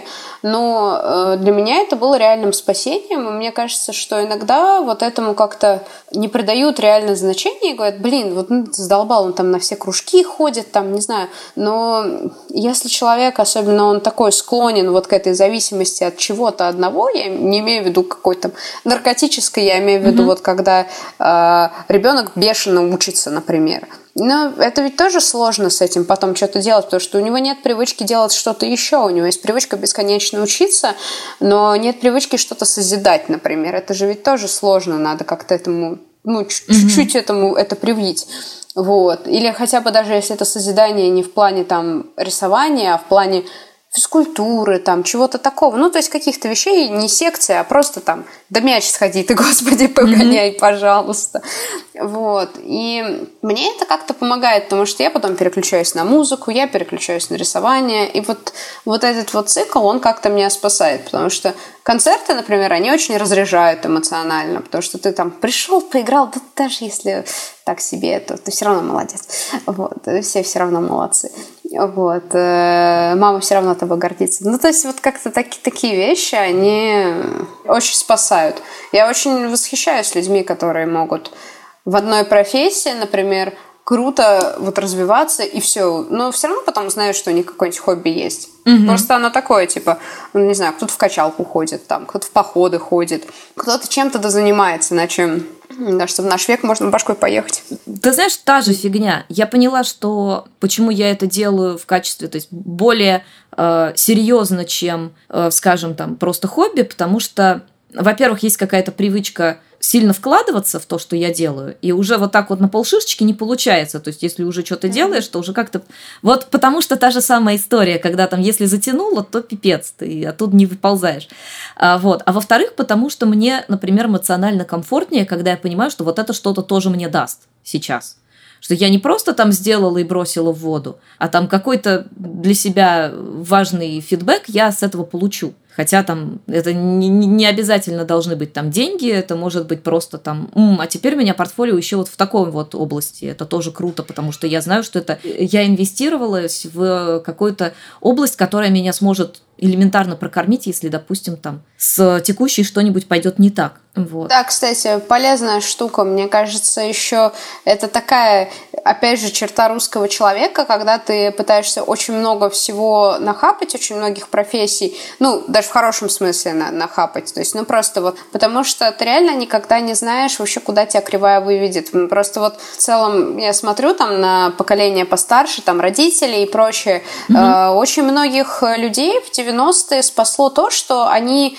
но э, для меня это было реальным спасением. И мне кажется, что иногда вот этому как-то не придают реальное значение и говорят, блин, вот ну, задолбал, он там на все кружки ходит, там, не знаю. Но если человек, особенно он такой склонен вот к этой зависимости от чего-то одного, я не имею в виду какой-то наркотической, я имею в виду mm-hmm. вот когда э, ребенок бешено учится, например. Но это ведь тоже сложно с этим потом что-то делать, потому что у него нет привычки делать что-то еще. У него есть привычка бесконечно учиться, но нет привычки что-то созидать, например. Это же ведь тоже сложно, надо как-то этому, ну, чуть-чуть mm-hmm. этому это привить. Вот. Или хотя бы даже если это созидание не в плане там рисования, а в плане физкультуры, там, чего-то такого. Ну, то есть каких-то вещей, не секции, а просто там, да мяч сходи ты, Господи, погоняй, mm-hmm. пожалуйста. Вот. И мне это как-то помогает, потому что я потом переключаюсь на музыку, я переключаюсь на рисование, и вот, вот этот вот цикл, он как-то меня спасает, потому что концерты, например, они очень разряжают эмоционально, потому что ты там пришел, поиграл, да даже если так себе, то ты все равно молодец. Вот. Все все равно молодцы. Вот. Мама все равно тобой гордится. Ну, то есть вот как-то таки, такие вещи, они очень спасают. Я очень восхищаюсь людьми, которые могут в одной профессии, например, круто вот развиваться и все. Но все равно потом знают, что у них какое-нибудь хобби есть. Mm-hmm. Просто оно такое, типа, ну, не знаю, кто-то в качалку ходит, там, кто-то в походы ходит, кто-то чем-то да занимается, иначе, да, что в наш век можно башкой поехать. Ты знаешь, та же фигня. Я поняла, что почему я это делаю в качестве, то есть более э, серьезно, чем, э, скажем, там, просто хобби, потому что, во-первых, есть какая-то привычка сильно вкладываться в то, что я делаю, и уже вот так вот на полшишечки не получается. То есть, если уже что-то делаешь, то уже как-то... Вот потому что та же самая история, когда там, если затянуло, то пипец, ты оттуда не выползаешь. А, вот. А во-вторых, потому что мне, например, эмоционально комфортнее, когда я понимаю, что вот это что-то тоже мне даст сейчас. Что я не просто там сделала и бросила в воду, а там какой-то для себя важный фидбэк я с этого получу. Хотя там это не, не обязательно должны быть там деньги, это может быть просто там, М, а теперь у меня портфолио еще вот в такой вот области. Это тоже круто, потому что я знаю, что это я инвестировала в какую-то область, которая меня сможет элементарно прокормить, если, допустим, там с текущей что-нибудь пойдет не так. Вот. Да, кстати, полезная штука. Мне кажется, еще это такая, опять же, черта русского человека, когда ты пытаешься очень много всего нахапать, очень многих профессий, ну, даже в хорошем смысле на, нахапать. То есть, ну, просто вот, потому что ты реально никогда не знаешь вообще, куда тебя кривая выведет. Просто вот в целом я смотрю там на поколение постарше, там родители и прочее. Mm-hmm. Э, очень многих людей в девяностые спасло то, что они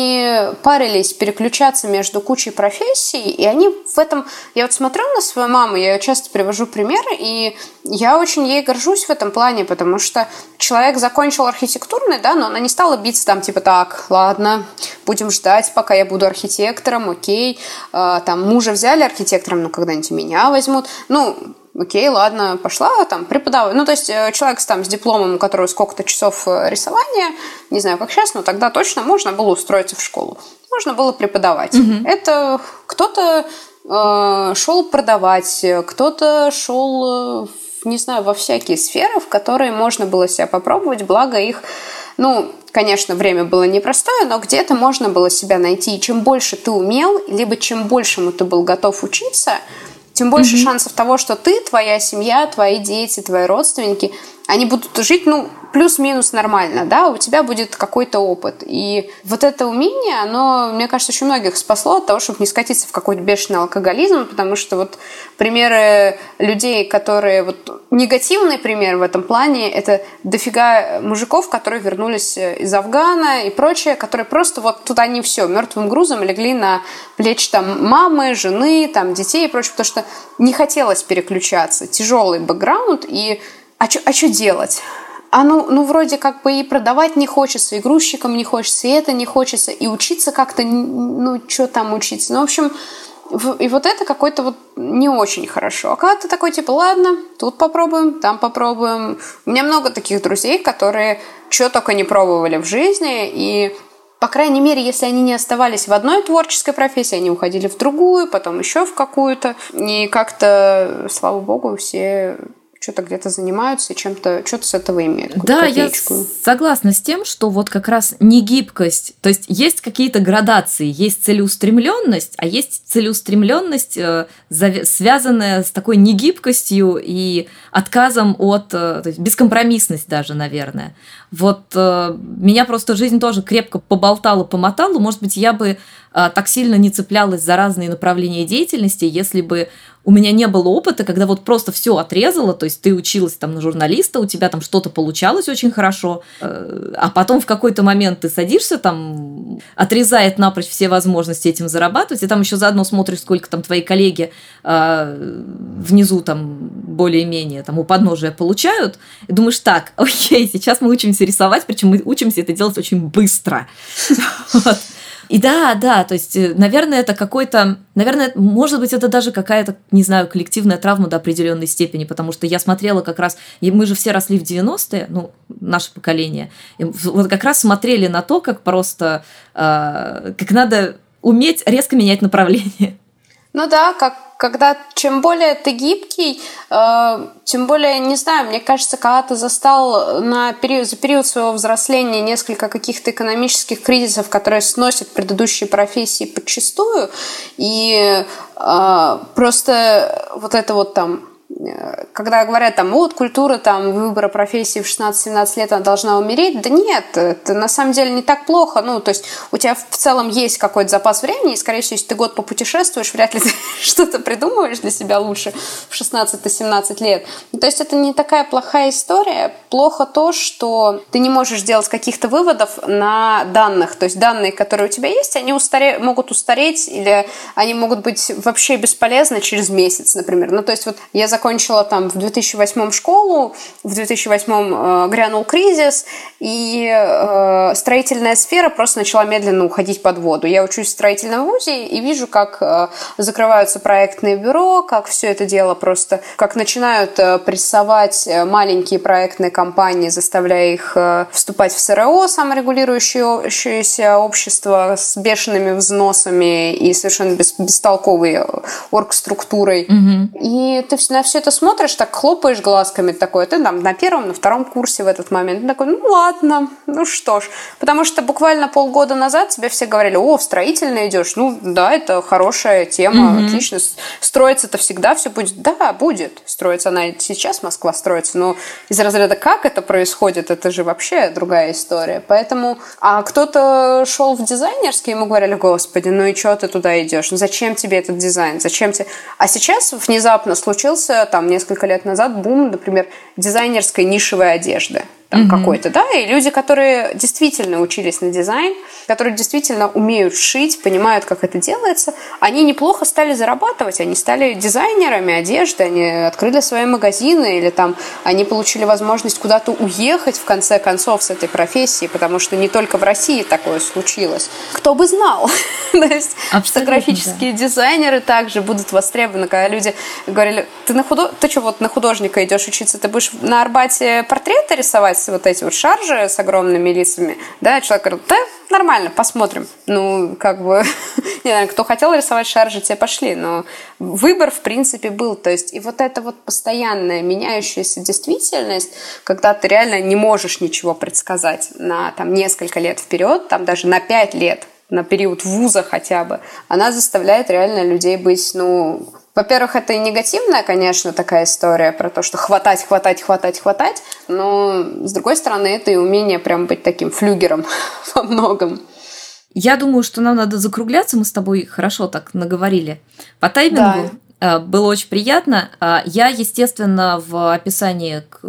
не парились переключаться между кучей профессий, и они в этом... Я вот смотрю на свою маму, я ее часто привожу примеры, и я очень ей горжусь в этом плане, потому что человек закончил архитектурный, да, но она не стала биться там, типа, так, ладно, будем ждать, пока я буду архитектором, окей, а, там, мужа взяли архитектором, ну, когда-нибудь меня возьмут, ну, окей, ладно, пошла там преподавать. Ну, то есть человек там с дипломом, у которого сколько-то часов рисования, не знаю, как сейчас, но тогда точно можно было устроиться в школу. Можно было преподавать. Mm-hmm. Это кто-то э, шел продавать, кто-то шел, не знаю, во всякие сферы, в которые можно было себя попробовать, благо их, ну, конечно, время было непростое, но где-то можно было себя найти. И чем больше ты умел, либо чем большему ты был готов учиться, тем больше mm-hmm. шансов того, что ты, твоя семья, твои дети, твои родственники, они будут жить, ну, плюс-минус нормально, да, у тебя будет какой-то опыт. И вот это умение, оно, мне кажется, очень многих спасло от того, чтобы не скатиться в какой-то бешеный алкоголизм, потому что вот примеры людей, которые, вот негативный пример в этом плане, это дофига мужиков, которые вернулись из Афгана и прочее, которые просто вот туда не все, мертвым грузом легли на плечи там мамы, жены, там детей и прочее, потому что не хотелось переключаться. Тяжелый бэкграунд, и а что а что делать? А ну, ну, вроде как бы и продавать не хочется, и грузчикам не хочется, и это не хочется, и учиться как-то, ну, что там учиться? Ну, в общем, и вот это какой-то вот не очень хорошо. А когда ты такой, типа, ладно, тут попробуем, там попробуем. У меня много таких друзей, которые что только не пробовали в жизни, и по крайней мере, если они не оставались в одной творческой профессии, они уходили в другую, потом еще в какую-то. И как-то, слава богу, все что-то где-то занимаются и чем-то, что-то с этого имеют. Да, я согласна с тем, что вот как раз негибкость, то есть есть какие-то градации, есть целеустремленность, а есть целеустремленность, связанная с такой негибкостью и отказом от, то есть бескомпромиссность даже, наверное. Вот меня просто жизнь тоже крепко поболтала, помотала. Может быть, я бы так сильно не цеплялась за разные направления деятельности, если бы у меня не было опыта, когда вот просто все отрезало, то есть ты училась там на журналиста, у тебя там что-то получалось очень хорошо, а потом в какой-то момент ты садишься там, отрезает напрочь все возможности этим зарабатывать, и там еще заодно смотришь, сколько там твои коллеги э, внизу там более-менее там у подножия получают, и думаешь, так, окей, сейчас мы учимся рисовать, причем мы учимся это делать очень быстро. И да, да, то есть, наверное, это какой-то, наверное, может быть, это даже какая-то, не знаю, коллективная травма до определенной степени, потому что я смотрела как раз, и мы же все росли в девяностые, ну, наше поколение, и вот как раз смотрели на то, как просто, э, как надо уметь резко менять направление. Ну да, как когда чем более ты гибкий, э, тем более, не знаю, мне кажется, когда ты застал на период, за период своего взросления несколько каких-то экономических кризисов, которые сносят предыдущие профессии подчистую, и э, просто вот это вот там, когда говорят, там, вот, культура там, выбора профессии в шестнадцать-семнадцать лет она должна умереть, да нет, это на самом деле не так плохо, ну, то есть у тебя в целом есть какой-то запас времени, и, скорее всего, если ты год попутешествуешь, вряд ли ты что-то придумываешь для себя лучше в шестнадцать-семнадцать лет. Ну, то есть это не такая плохая история, плохо то, что ты не можешь делать каких-то выводов на данных, то есть данные, которые у тебя есть, они устаре... могут устареть, или они могут быть вообще бесполезны через месяц, например. Ну, то есть вот я закончила там в две тысячи восьмом школу, в две тысячи восьмом э, грянул кризис, и э, строительная сфера просто начала медленно уходить под воду. Я учусь в строительном вузе и вижу, как э, закрываются проектные бюро, как все это дело просто, как начинают э, прессовать маленькие проектные компании, заставляя их э, вступать в СРО, саморегулирующееся общество с бешеными взносами и совершенно бес, бестолковой оргструктурой. Mm-hmm. И ты на все это смотришь, так хлопаешь глазками такой, ты там на первом, на втором курсе в этот момент, ты такой, ну ладно, ну что ж. Потому что буквально полгода назад тебе все говорили, о, в строительное идешь, ну да, это хорошая тема, mm-hmm. отлично, строится-то всегда все будет, да, будет, строится она сейчас, Москва строится, но из разряда как это происходит, это же вообще другая история. Поэтому, а кто-то шел в дизайнерский, ему говорили, господи, ну и что ты туда идешь, ну зачем тебе этот дизайн, зачем тебе... А сейчас внезапно случился там несколько лет назад бум, например, дизайнерской нишевой одежды. Там mm-hmm. какой-то, да, и люди, которые действительно учились на дизайн, которые действительно умеют шить, понимают, как это делается, они неплохо стали зарабатывать, они стали дизайнерами одежды, они открыли свои магазины, или там они получили возможность куда-то уехать в конце концов с этой профессии, потому что не только в России такое случилось. Кто бы знал? То есть фотографические дизайнеры также будут востребованы, когда люди говорили, ты на худо... ты что, вот на художника идешь учиться, ты будешь на Арбате портреты рисовать, вот эти вот шаржи с огромными лицами, да, человек говорит, да, нормально, посмотрим. Ну, как бы, не знаю, кто хотел рисовать шаржи, те пошли, но выбор, в принципе, был. То есть, и вот эта вот постоянная меняющаяся действительность, когда ты реально не можешь ничего предсказать на там несколько лет вперед, там даже на пять лет, на период вуза хотя бы, она заставляет реально людей быть, ну... Во-первых, это и негативная, конечно, такая история про то, что хватать, хватать, хватать, хватать, но, с другой стороны, это и умение прям быть таким флюгером во многом. Я думаю, что нам надо закругляться, мы с тобой хорошо так наговорили. По таймингу да. Было очень приятно. Я, естественно, в описании к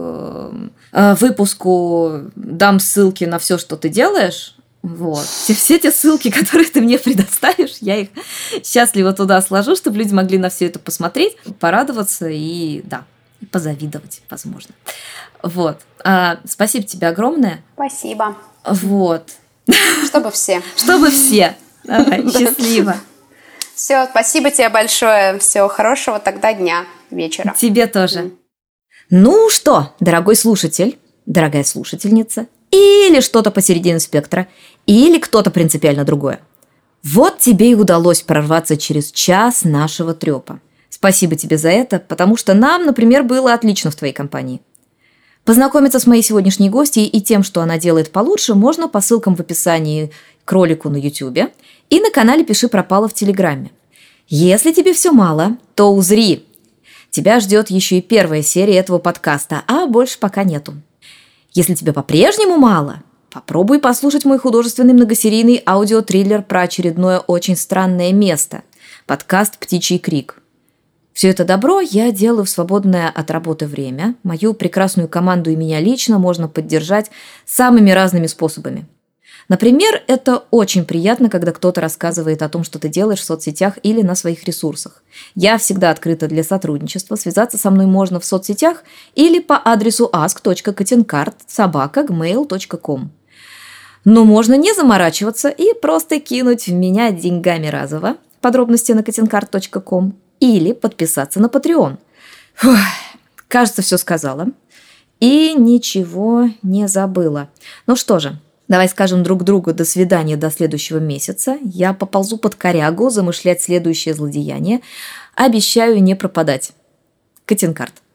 выпуску дам ссылки на все, что ты делаешь. Вот. Все, все те ссылки, которые ты мне предоставишь, я их счастливо туда сложу, чтобы люди могли на все это посмотреть, порадоваться и, да, и позавидовать, возможно. Вот. А, спасибо тебе огромное. Спасибо. Вот. Чтобы все. Чтобы все. Давай, счастливо. Все, спасибо тебе большое. Всего хорошего тогда дня, вечера. Тебе тоже. Ну что, дорогой слушатель, дорогая слушательница, или что-то посередине спектра, или кто-то принципиально другое. Вот тебе и удалось прорваться через час нашего трёпа. Спасибо тебе за это, потому что нам, например, было отлично в твоей компании. Познакомиться с моей сегодняшней гостьей и тем, что она делает получше, можно по ссылкам в описании к ролику на Ютубе и на канале «Пиши пропало» в Телеграме. Если тебе все мало, то узри. Тебя ждет еще и первая серия этого подкаста, а больше пока нету. Если тебе по-прежнему мало, попробуй послушать мой художественный многосерийный аудиотриллер про очередное очень странное место – подкаст «Птичий крик». Все это добро я делаю в свободное от работы время. Мою прекрасную команду и меня лично можно поддержать самыми разными способами. Например, это очень приятно, когда кто-то рассказывает о том, что ты делаешь в соцсетях или на своих ресурсах. Я всегда открыта для сотрудничества. Связаться со мной можно в соцсетях или по адресу ask точка котенкарт собака джимейл точка ком. Но можно не заморачиваться и просто кинуть в меня деньгами разово. Подробности на котенкарт точка ком. Или подписаться на Patreon. Фух, кажется, все сказала. И ничего не забыла. Ну что же. Давай скажем друг другу до свидания до следующего месяца. Я поползу под корягу замышлять следующее злодеяние. Обещаю не пропадать. Котенкарт.